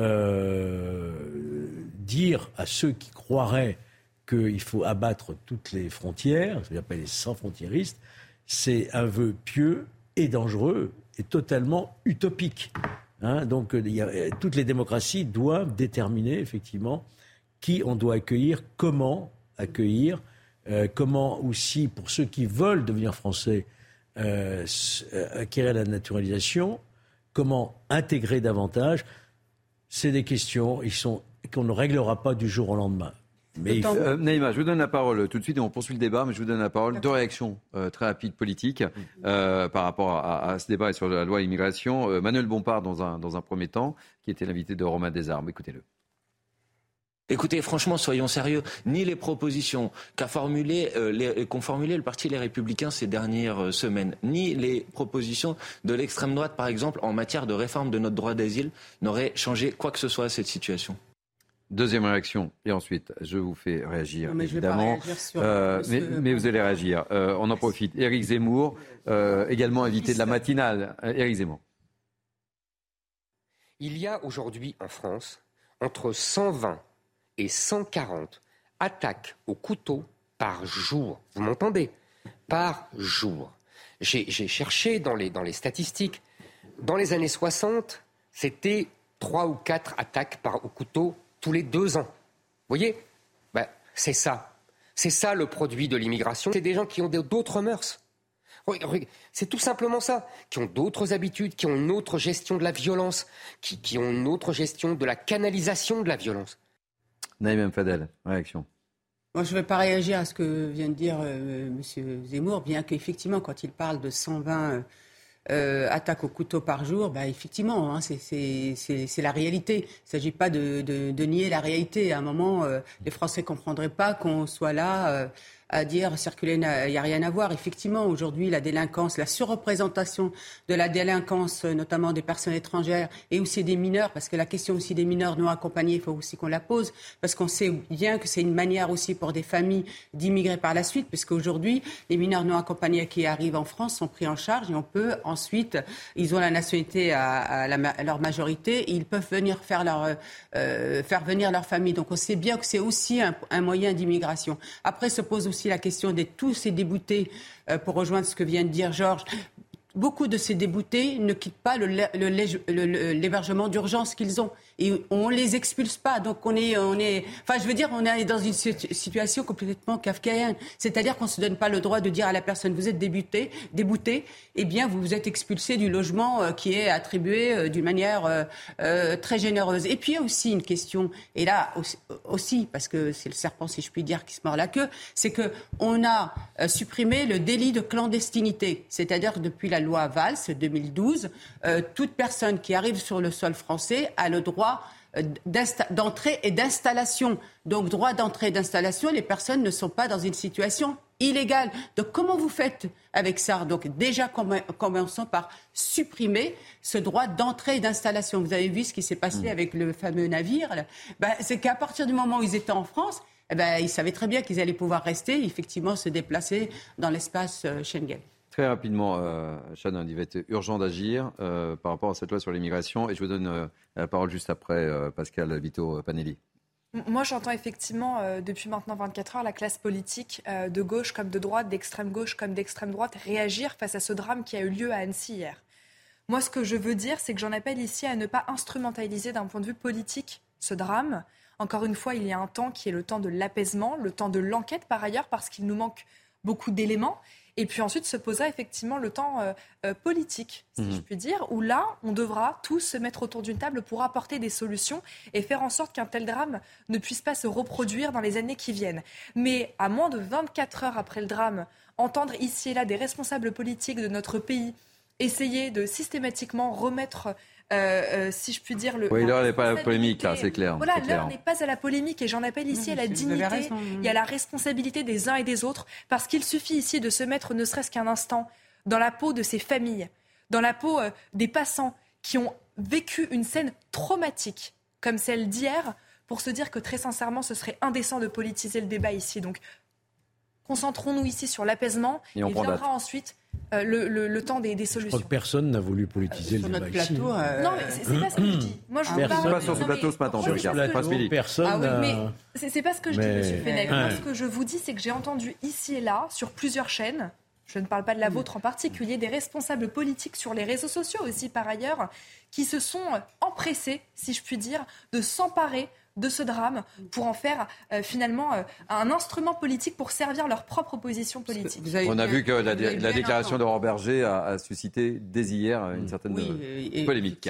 Speaker 14: euh, dire à ceux qui croiraient qu'il faut abattre toutes les frontières, ce qu'on appelle les sans-frontiéristes, c'est un vœu pieux et dangereux et totalement utopique. Hein, donc il y a, toutes les démocraties doivent déterminer effectivement qui on doit accueillir, comment accueillir, euh, comment aussi, pour ceux qui veulent devenir français, euh, acquérir la naturalisation, comment intégrer davantage. C'est des questions ils sont, qu'on ne réglera pas du jour au lendemain.
Speaker 2: Mais il faut... euh, Naïma, je vous donne la parole tout de suite et on poursuit le débat, mais je vous donne la parole. Deux réactions euh, très rapides politiques euh, par rapport à, à ce débat et sur la loi immigration. Euh, Manuel Bompard, dans un, dans un premier temps, qui était l'invité de Romain Desarmes. Écoutez-le.
Speaker 7: Écoutez, franchement, soyons sérieux. Ni les propositions qu'a formulées, euh, les, qu'ont formulées le Parti Les Républicains ces dernières euh, semaines, ni les propositions de l'extrême droite, par exemple, en matière de réforme de notre droit d'asile, n'auraient changé quoi que ce soit à cette situation.
Speaker 2: Deuxième réaction, et ensuite, je vous fais réagir, non, mais évidemment. Je vais pas réagir sur euh, mais, mais vous allez réagir. Euh, on en profite. Éric Zemmour, euh, également invité de la matinale. Éric Zemmour.
Speaker 15: Il y a aujourd'hui en France entre cent vingt et cent quarante attaques au couteau par jour. Vous m'entendez ? Par jour. J'ai, j'ai cherché dans les, dans les statistiques. Dans les années soixante, c'était trois ou quatre attaques par, au couteau tous les deux ans. Vous voyez ? Ben, c'est ça. C'est ça le produit de l'immigration. C'est des gens qui ont d'autres mœurs. C'est tout simplement ça. Qui ont d'autres habitudes, qui ont une autre gestion de la violence, qui, qui ont une autre gestion de la canalisation de la violence.
Speaker 2: Naïma Mfadel, réaction.
Speaker 22: Moi, je ne vais pas réagir à ce que vient de dire euh, M. Zemmour, bien qu'effectivement, quand il parle de cent vingt euh, attaques au couteau par jour, bah, effectivement, hein, c'est, c'est, c'est, c'est la réalité. Il ne s'agit pas de, de, de nier la réalité. À un moment, euh, les Français ne comprendraient pas qu'on soit là euh, à dire circuler, il n'y a rien à voir. Effectivement, aujourd'hui, la délinquance, la surreprésentation de la délinquance, notamment des personnes étrangères et aussi des mineurs, parce que la question aussi des mineurs non accompagnés, il faut aussi qu'on la pose, parce qu'on sait bien que c'est une manière aussi pour des familles d'immigrer par la suite, parce qu'aujourd'hui, les mineurs non accompagnés qui arrivent en France sont pris en charge et on peut ensuite, ils ont la nationalité à, à, la, à leur majorité, et ils peuvent venir faire leur, euh, faire venir leur famille. Donc on sait bien que c'est aussi un, un moyen d'immigration. Après se pose aussi la question de tous ces déboutés, euh, pour rejoindre ce que vient de dire Georges. Beaucoup de ces déboutés ne quittent pas le, le, le, le, l'hébergement d'urgence qu'ils ont. Et on ne les expulse pas. Donc on est, on est... Enfin, je veux dire, on est dans une situation complètement kafkaïenne. C'est-à-dire qu'on ne se donne pas le droit de dire à la personne, vous êtes débouté, débouté, eh bien, vous vous êtes expulsé du logement euh, qui est attribué euh, d'une manière euh, euh, très généreuse. Et puis, il y a aussi une question, et là aussi, aussi, parce que c'est le serpent, si je puis dire, qui se mord la queue, c'est qu'on a euh, supprimé le délit de clandestinité. C'est-à-dire que depuis la loi Valls deux mille douze, euh, toute personne qui arrive sur le sol français a le droit d'entrée et d'installation. Donc, droit d'entrée et d'installation, les personnes ne sont pas dans une situation illégale. Donc, comment vous faites avec ça? Donc, déjà, commençons par supprimer ce droit d'entrée et d'installation. Vous avez vu ce qui s'est passé mmh. avec le fameux navire. Ben, c'est qu'à partir du moment où ils étaient en France, eh ben, ils savaient très bien qu'ils allaient pouvoir rester et effectivement se déplacer dans l'espace euh, Schengen.
Speaker 2: Très rapidement, euh, Shannon, il va être urgent d'agir euh, par rapport à cette loi sur l'immigration. Et je vous donne euh, la parole juste après, euh, Pascal Vito-Panelli.
Speaker 12: Moi, j'entends effectivement, euh, depuis maintenant vingt-quatre heures, la classe politique, euh, de gauche comme de droite, d'extrême gauche comme d'extrême droite, réagir face à ce drame qui a eu lieu à Annecy hier. Moi, ce que je veux dire, c'est que j'en appelle ici à ne pas instrumentaliser d'un point de vue politique ce drame. Encore une fois, il y a un temps qui est le temps de l'apaisement, le temps de l'enquête par ailleurs, parce qu'il nous manque beaucoup d'éléments. Et puis ensuite se posera effectivement le temps euh, euh, politique, si mmh. je puis dire, où là, on devra tous se mettre autour d'une table pour apporter des solutions et faire en sorte qu'un tel drame ne puisse pas se reproduire dans les années qui viennent. Mais à moins de vingt-quatre heures après le drame, entendre ici et là des responsables politiques de notre pays essayer de systématiquement remettre... Euh, euh, si je puis dire... Le,
Speaker 2: oui, l'heure n'est pas à la polémique, là, c'est clair.
Speaker 12: Voilà,
Speaker 2: c'est
Speaker 12: l'heure
Speaker 2: clair.
Speaker 12: n'est pas à la polémique et j'en appelle ici
Speaker 22: non,
Speaker 12: à la dignité et à la responsabilité des uns et des autres, parce qu'il suffit ici de se mettre ne serait-ce qu'un instant dans la peau de ces familles, dans la peau euh, des passants qui ont vécu une scène traumatique comme celle d'hier, pour se dire que très sincèrement, ce serait indécent de politiser le débat ici. Donc, concentrons-nous ici sur l'apaisement et, on et viendra date. ensuite... Euh, le, le, le temps des, des solutions.
Speaker 14: Je crois que personne n'a voulu politiser euh, le débat ici.
Speaker 12: Plateau, euh... Non, mais c'est, c'est pas ce que je dis. Moi, je ne
Speaker 2: suis pas sur ce plateau ce matin.
Speaker 14: Sur ce plateau, personne
Speaker 12: ah, oui,
Speaker 14: n'a...
Speaker 12: mais c'est, c'est pas ce que je mais... dis, M. Fenech. Moi, ce que je vous dis, c'est que j'ai entendu ici et là, sur plusieurs chaînes, je ne parle pas de la vôtre en particulier, des responsables politiques sur les réseaux sociaux aussi, par ailleurs, qui se sont empressés, si je puis dire, de s'emparer de ce drame pour en faire euh, finalement euh, un instrument politique pour servir leur propre position politique.
Speaker 2: On a vu que la, la déclaration d'Aurore Berger a, a suscité dès hier une certaine
Speaker 22: oui,
Speaker 2: euh, polémique.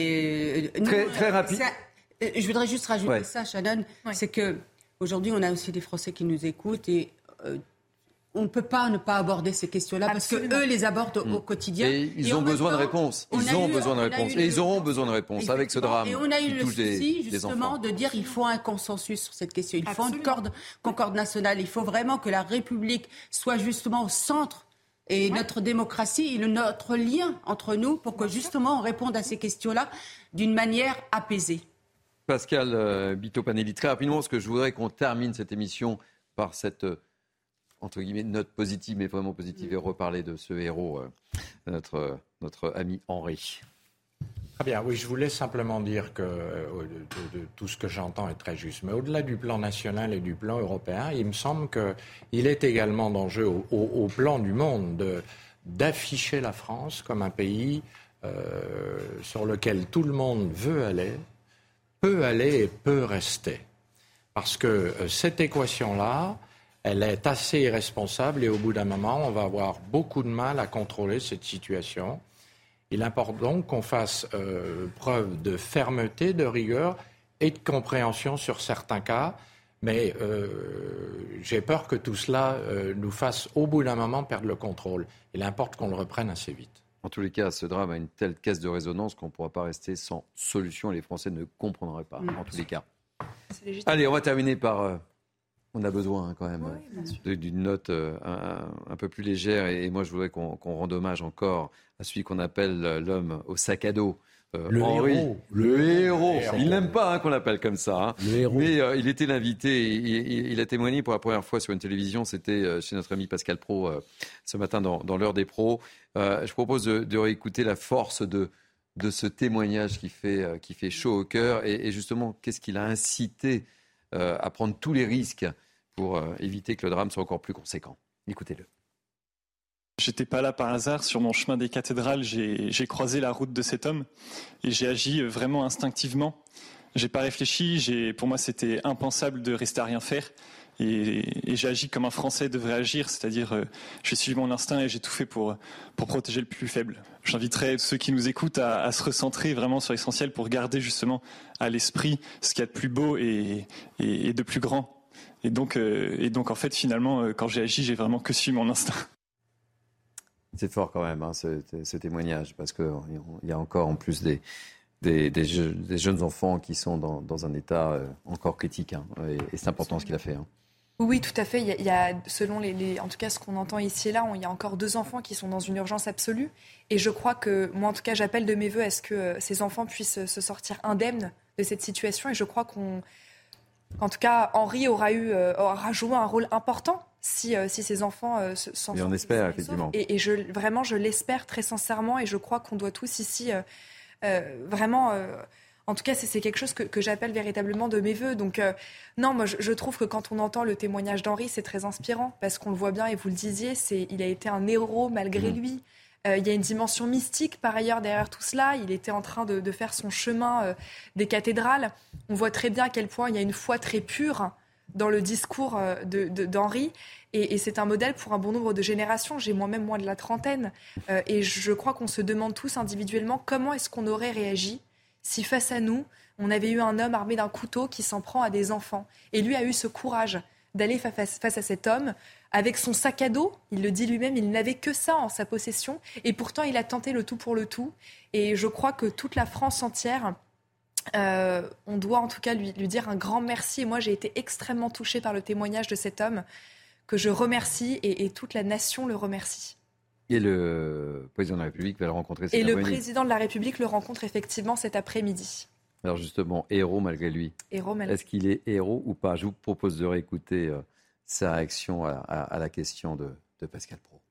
Speaker 22: Mais euh,
Speaker 2: très,
Speaker 22: nous,
Speaker 2: très rapide.
Speaker 22: Ça, je voudrais juste rajouter ouais. ça, Shannon, ouais. c'est que aujourd'hui on a aussi des Français qui nous écoutent et euh, on ne peut pas ne pas aborder ces questions-là Absolument. Parce qu'eux les abordent mmh. au quotidien.
Speaker 2: Et ils et ont besoin temps, de réponses. Ils ont eu, besoin de réponses. Et ils auront besoin de réponses avec ce drame.
Speaker 22: Et on a eu
Speaker 2: qui
Speaker 22: le
Speaker 2: touche
Speaker 22: souci,
Speaker 2: des,
Speaker 22: justement,
Speaker 2: des
Speaker 22: de dire qu'il faut un consensus sur cette question. Il Absolument. faut une corde, concorde nationale. Il faut vraiment que la République soit justement au centre et ouais. notre démocratie et notre lien entre nous pour que justement on réponde à ces questions-là d'une manière apaisée.
Speaker 2: Pascal euh, Vito-Panelli, très rapidement, parce que je voudrais qu'on termine cette émission par cette... Euh, entre guillemets, note positive, mais vraiment positive, et reparler de ce héros, euh, notre, notre ami Henri.
Speaker 5: Très bien, oui, je voulais simplement dire que euh, de, de, de, tout ce que j'entends est très juste. Mais au-delà du plan national et du plan européen, il me semble qu'il est également d'enjeu au, au, au plan du monde de, d'afficher la France comme un pays euh, sur lequel tout le monde veut aller, peut aller et peut rester. Parce que euh, cette équation-là, elle est assez irresponsable et au bout d'un moment, on va avoir beaucoup de mal à contrôler cette situation. Il importe donc qu'on fasse euh, preuve de fermeté, de rigueur et de compréhension sur certains cas. Mais euh, j'ai peur que tout cela euh, nous fasse au bout d'un moment perdre le contrôle. Il importe qu'on le reprenne assez vite.
Speaker 2: En tous les cas, ce drame a une telle caisse de résonance qu'on ne pourra pas rester sans solution. Les Français ne comprendraient pas, mmh. en tous les cas. Allez, on va terminer par... Euh, On a besoin hein, quand même oui, d'une note euh, un, un peu plus légère. Et, et moi, je voudrais qu'on, qu'on rende hommage encore à celui qu'on appelle l'homme au sac à dos. Euh,
Speaker 14: le,
Speaker 2: Henri,
Speaker 14: héros.
Speaker 2: le, le héros. Le héros. Il n'aime pas hein, qu'on l'appelle comme ça. Hein. Le héros. Mais euh, il était l'invité. Il, il, il a témoigné pour la première fois sur une télévision. C'était euh, chez notre ami Pascal Praud euh, ce matin dans, dans l'heure des pros. Euh, je propose de, de réécouter la force de, de ce témoignage qui fait, euh, qui fait chaud au cœur. Et, et justement, qu'est-ce qui l'a incité euh, à prendre tous les risques pour euh, éviter que le drame soit encore plus conséquent. Écoutez-le.
Speaker 4: J'étais pas là par hasard. Sur mon chemin des cathédrales, j'ai, j'ai croisé la route de cet homme et j'ai agi vraiment instinctivement. J'ai pas réfléchi. J'ai, pour moi, c'était impensable de rester à rien faire. Et, et j'ai agi comme un Français devrait agir, c'est-à-dire euh, j'ai suivi mon instinct et j'ai tout fait pour, pour protéger le plus faible. J'inviterais ceux qui nous écoutent à, à se recentrer vraiment sur l'essentiel pour garder justement à l'esprit ce qu'il y a de plus beau et, et, et de plus grand. Et donc, euh, et donc, en fait, finalement, euh, quand j'ai agi, j'ai vraiment que suivi mon instinct.
Speaker 2: C'est fort quand même, hein, ce, ce témoignage, parce qu'il y a encore en plus des, des, des, je, des jeunes enfants qui sont dans, dans un état euh, encore critique. Hein, et, et c'est important ce qu'il a fait. Hein.
Speaker 12: Oui, tout à fait. Il y a, il y a selon les, les, en tout cas, ce qu'on entend ici et là, on, il y a encore deux enfants qui sont dans une urgence absolue. Et je crois que, moi, en tout cas, j'appelle de mes voeux à ce que euh, ces enfants puissent se sortir indemnes de cette situation. Et je crois qu'on... En tout cas, Henri aura, eu, euh, aura joué un rôle important si, euh, si ses enfants euh, s'en
Speaker 2: sortent. Et on espère, effectivement.
Speaker 12: Et, et je, vraiment, je l'espère très sincèrement et je crois qu'on doit tous ici euh, euh, vraiment... Euh, en tout cas, c'est, c'est quelque chose que, que j'appelle véritablement de mes voeux. Donc, euh, non, moi, je, je trouve que quand on entend le témoignage d'Henri, c'est très inspirant parce qu'on le voit bien et vous le disiez, c'est, il a été un héros malgré mmh. lui. Euh, il y a une dimension mystique, par ailleurs, derrière tout cela. Il était en train de, de faire son chemin euh, des cathédrales. On voit très bien à quel point il y a une foi très pure dans le discours euh, de, de, d'Henri. Et, et c'est un modèle pour un bon nombre de générations. J'ai moi-même moins de la trentaine. Euh, et je crois qu'on se demande tous individuellement comment est-ce qu'on aurait réagi si face à nous, on avait eu un homme armé d'un couteau qui s'en prend à des enfants. Et lui a eu ce courage d'aller face à cet homme avec son sac à dos. Il le dit lui-même, il n'avait que ça en sa possession. Et pourtant, il a tenté le tout pour le tout. Et je crois que toute la France entière, euh, on doit en tout cas lui, lui dire un grand merci. Et moi, j'ai été extrêmement touchée par le témoignage de cet homme que je remercie et, et toute la nation le remercie.
Speaker 2: Et le président de la République va le rencontrer cet
Speaker 12: Et
Speaker 2: après-midi.
Speaker 12: le président de la République le rencontre effectivement cet après-midi.
Speaker 2: Alors justement, héros malgré lui.
Speaker 12: Héros malgré.
Speaker 2: Est-ce qu'il est héros ou pas ? Je vous propose de réécouter euh, sa réaction à, à, à la question de, de Pascal Praud.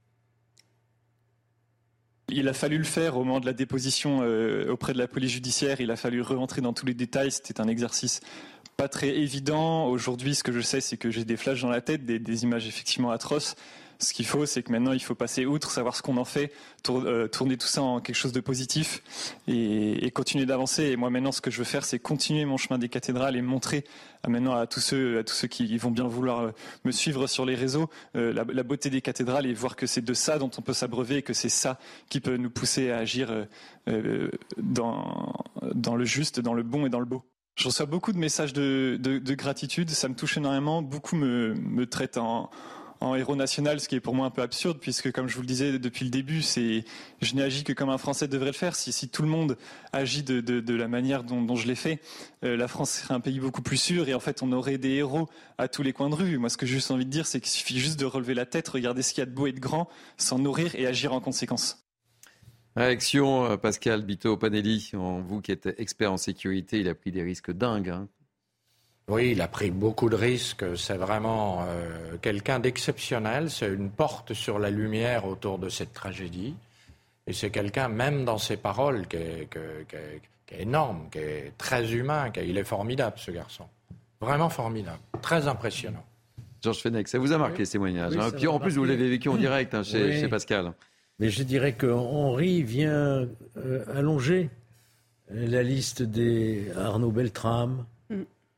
Speaker 4: Il a fallu le faire au moment de la déposition euh, auprès de la police judiciaire. Il a fallu rentrer dans tous les détails. C'était un exercice pas très évident. Aujourd'hui, ce que je sais, c'est que j'ai des flashs dans la tête, des, des images effectivement atroces. Ce qu'il faut, c'est que maintenant, il faut passer outre, savoir ce qu'on en fait, tour, euh, tourner tout ça en quelque chose de positif et, et continuer d'avancer. Et moi, maintenant, ce que je veux faire, c'est continuer mon chemin des cathédrales et montrer à, maintenant à tous ceux, à tous ceux qui vont bien vouloir euh, me suivre sur les réseaux euh, la, la beauté des cathédrales et voir que c'est de ça dont on peut s'abreuver et que c'est ça qui peut nous pousser à agir euh, euh, dans, dans le juste, dans le bon et dans le beau. Je reçois beaucoup de messages de, de, de gratitude. Ça me touche énormément. Beaucoup me, me traitent en... en héros national, ce qui est pour moi un peu absurde, puisque comme je vous le disais depuis le début, c'est, je n'ai agi que comme un Français devrait le faire. Si, si tout le monde agit de, de, de la manière dont, dont je l'ai fait, euh, la France serait un pays beaucoup plus sûr et en fait on aurait des héros à tous les coins de rue. Moi ce que j'ai juste envie de dire, c'est qu'il suffit juste de relever la tête, regarder ce qu'il y a de beau et de grand, s'en nourrir et agir en conséquence.
Speaker 2: Réaction, Pascal Bito-Panelli, vous qui êtes expert en sécurité, il a pris des risques dingues. Hein.
Speaker 5: Oui, il a pris beaucoup de risques. C'est vraiment euh, quelqu'un d'exceptionnel. C'est une porte sur la lumière autour de cette tragédie. Et c'est quelqu'un, même dans ses paroles, qui est, qui est, qui est, qui est énorme, qui est très humain. Qui est, il est formidable, ce garçon. Vraiment formidable. Très impressionnant.
Speaker 2: Georges Fenech, ça vous a marqué, oui. Ces témoignages. Oui, hein. Puis en plus, vous l'avez vécu en direct hein, chez, oui. chez Pascal.
Speaker 14: Mais je dirais que Henri vient euh, allonger la liste des Arnaud Beltrame, mm.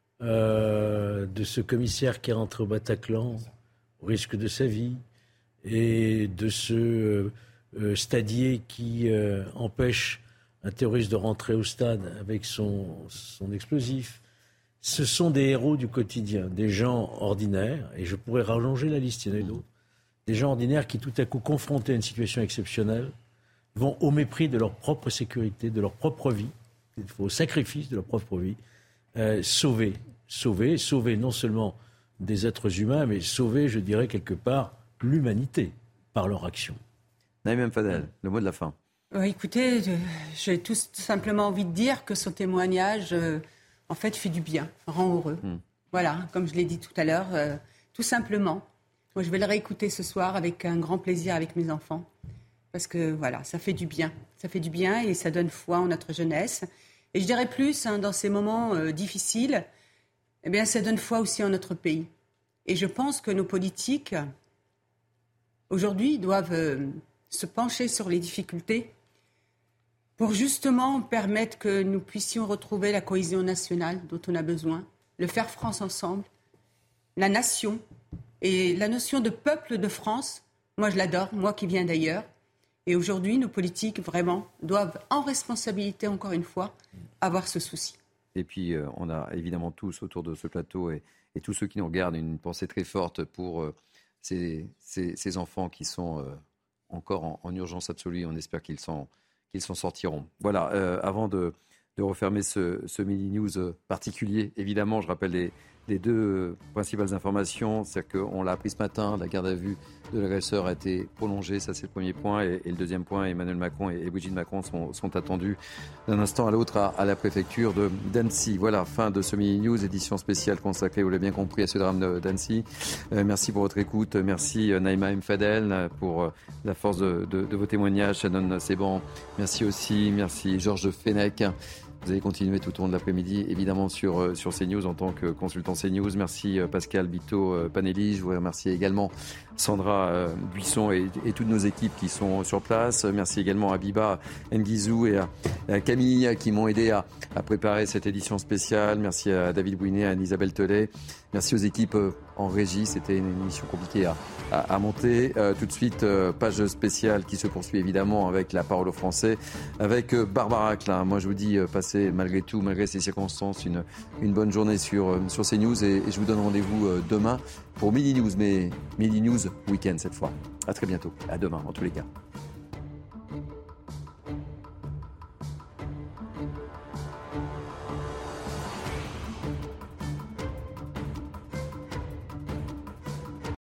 Speaker 14: euh, de ce commissaire qui est rentré au Bataclan au risque de sa vie, et de ce euh, euh, stadier qui euh, empêche un terroriste de rentrer au stade avec son, son explosif. Ce sont des héros du quotidien, des gens ordinaires, et je pourrais rallonger la liste, il y en a d'autres. Des gens ordinaires qui, tout à coup, confrontés à une situation exceptionnelle, vont au mépris de leur propre sécurité, de leur propre vie, au sacrifice de leur propre vie, euh, sauver, sauver, sauver non seulement des êtres humains, mais sauver, je dirais, quelque part, l'humanité par leur action.
Speaker 2: Naïma Mfadel, le mot de la fin.
Speaker 22: Ouais, écoutez, j'ai tout simplement envie de dire que ce témoignage, euh, en fait, fait du bien, rend heureux. Mm. Voilà, comme je l'ai dit tout à l'heure, euh, tout simplement. Moi, je vais le réécouter ce soir avec un grand plaisir avec mes enfants. Parce que, voilà, ça fait du bien. Ça fait du bien et ça donne foi en notre jeunesse. Et je dirais plus, hein, dans ces moments euh, difficiles, eh bien, ça donne foi aussi en notre pays. Et je pense que nos politiques, aujourd'hui, doivent euh, se pencher sur les difficultés pour justement permettre que nous puissions retrouver la cohésion nationale dont on a besoin, le faire France ensemble, la nation et la notion de peuple de France. Moi, je l'adore, moi qui viens d'ailleurs. Et aujourd'hui, nos politiques, vraiment, doivent, en responsabilité, encore une fois, avoir ce souci.
Speaker 2: Et puis, euh, on a évidemment tous autour de ce plateau et, et tous ceux qui nous regardent une pensée très forte pour euh, ces, ces, ces enfants qui sont euh, encore en, en urgence absolue. On espère qu'ils s'en, qu'ils s'en sortiront. Voilà, euh, avant de, de refermer ce, ce mini-news particulier, évidemment, je rappelle les, les deux principales informations. C'est qu'on l'a appris ce matin, la garde à vue de l'agresseur a été prolongée, ça c'est le premier point. Et, et le deuxième point, Emmanuel Macron et, et Brigitte Macron sont, sont attendus d'un instant à l'autre à, à la préfecture de d'Annecy. Voilà, fin de ce mini-news, édition spéciale consacrée, vous l'avez bien compris, à ce drame d'Annecy. Euh, merci pour votre écoute, merci Naïma Mfadel pour euh, la force de, de, de vos témoignages, Shannon Seban, merci aussi, merci Georges Fenech. Vous allez continuer tout au long de l'après-midi, évidemment, sur, sur CNews en tant que consultant CNews. Merci Pascal Bito-Panelli. Je vous remercie également Sandra euh, Buisson et, et toutes nos équipes qui sont sur place. Merci également à Biba Nguizou et à, à Camille qui m'ont aidé à, à préparer cette édition spéciale. Merci à David Bouinet, à Isabelle Telet. Merci aux équipes euh, en régie. C'était une émission compliquée à, à, à monter. Euh, tout de suite, euh, page spéciale qui se poursuit évidemment avec la parole aux Français, avec euh, Barbara Klein. Moi, je vous dis, euh, passez malgré tout, malgré ces circonstances, une, une bonne journée sur, euh, sur CNews et, et je vous donne rendez-vous euh, demain pour Midi News, mais Midi News Week-end cette fois. À très bientôt. À demain, en tous les cas.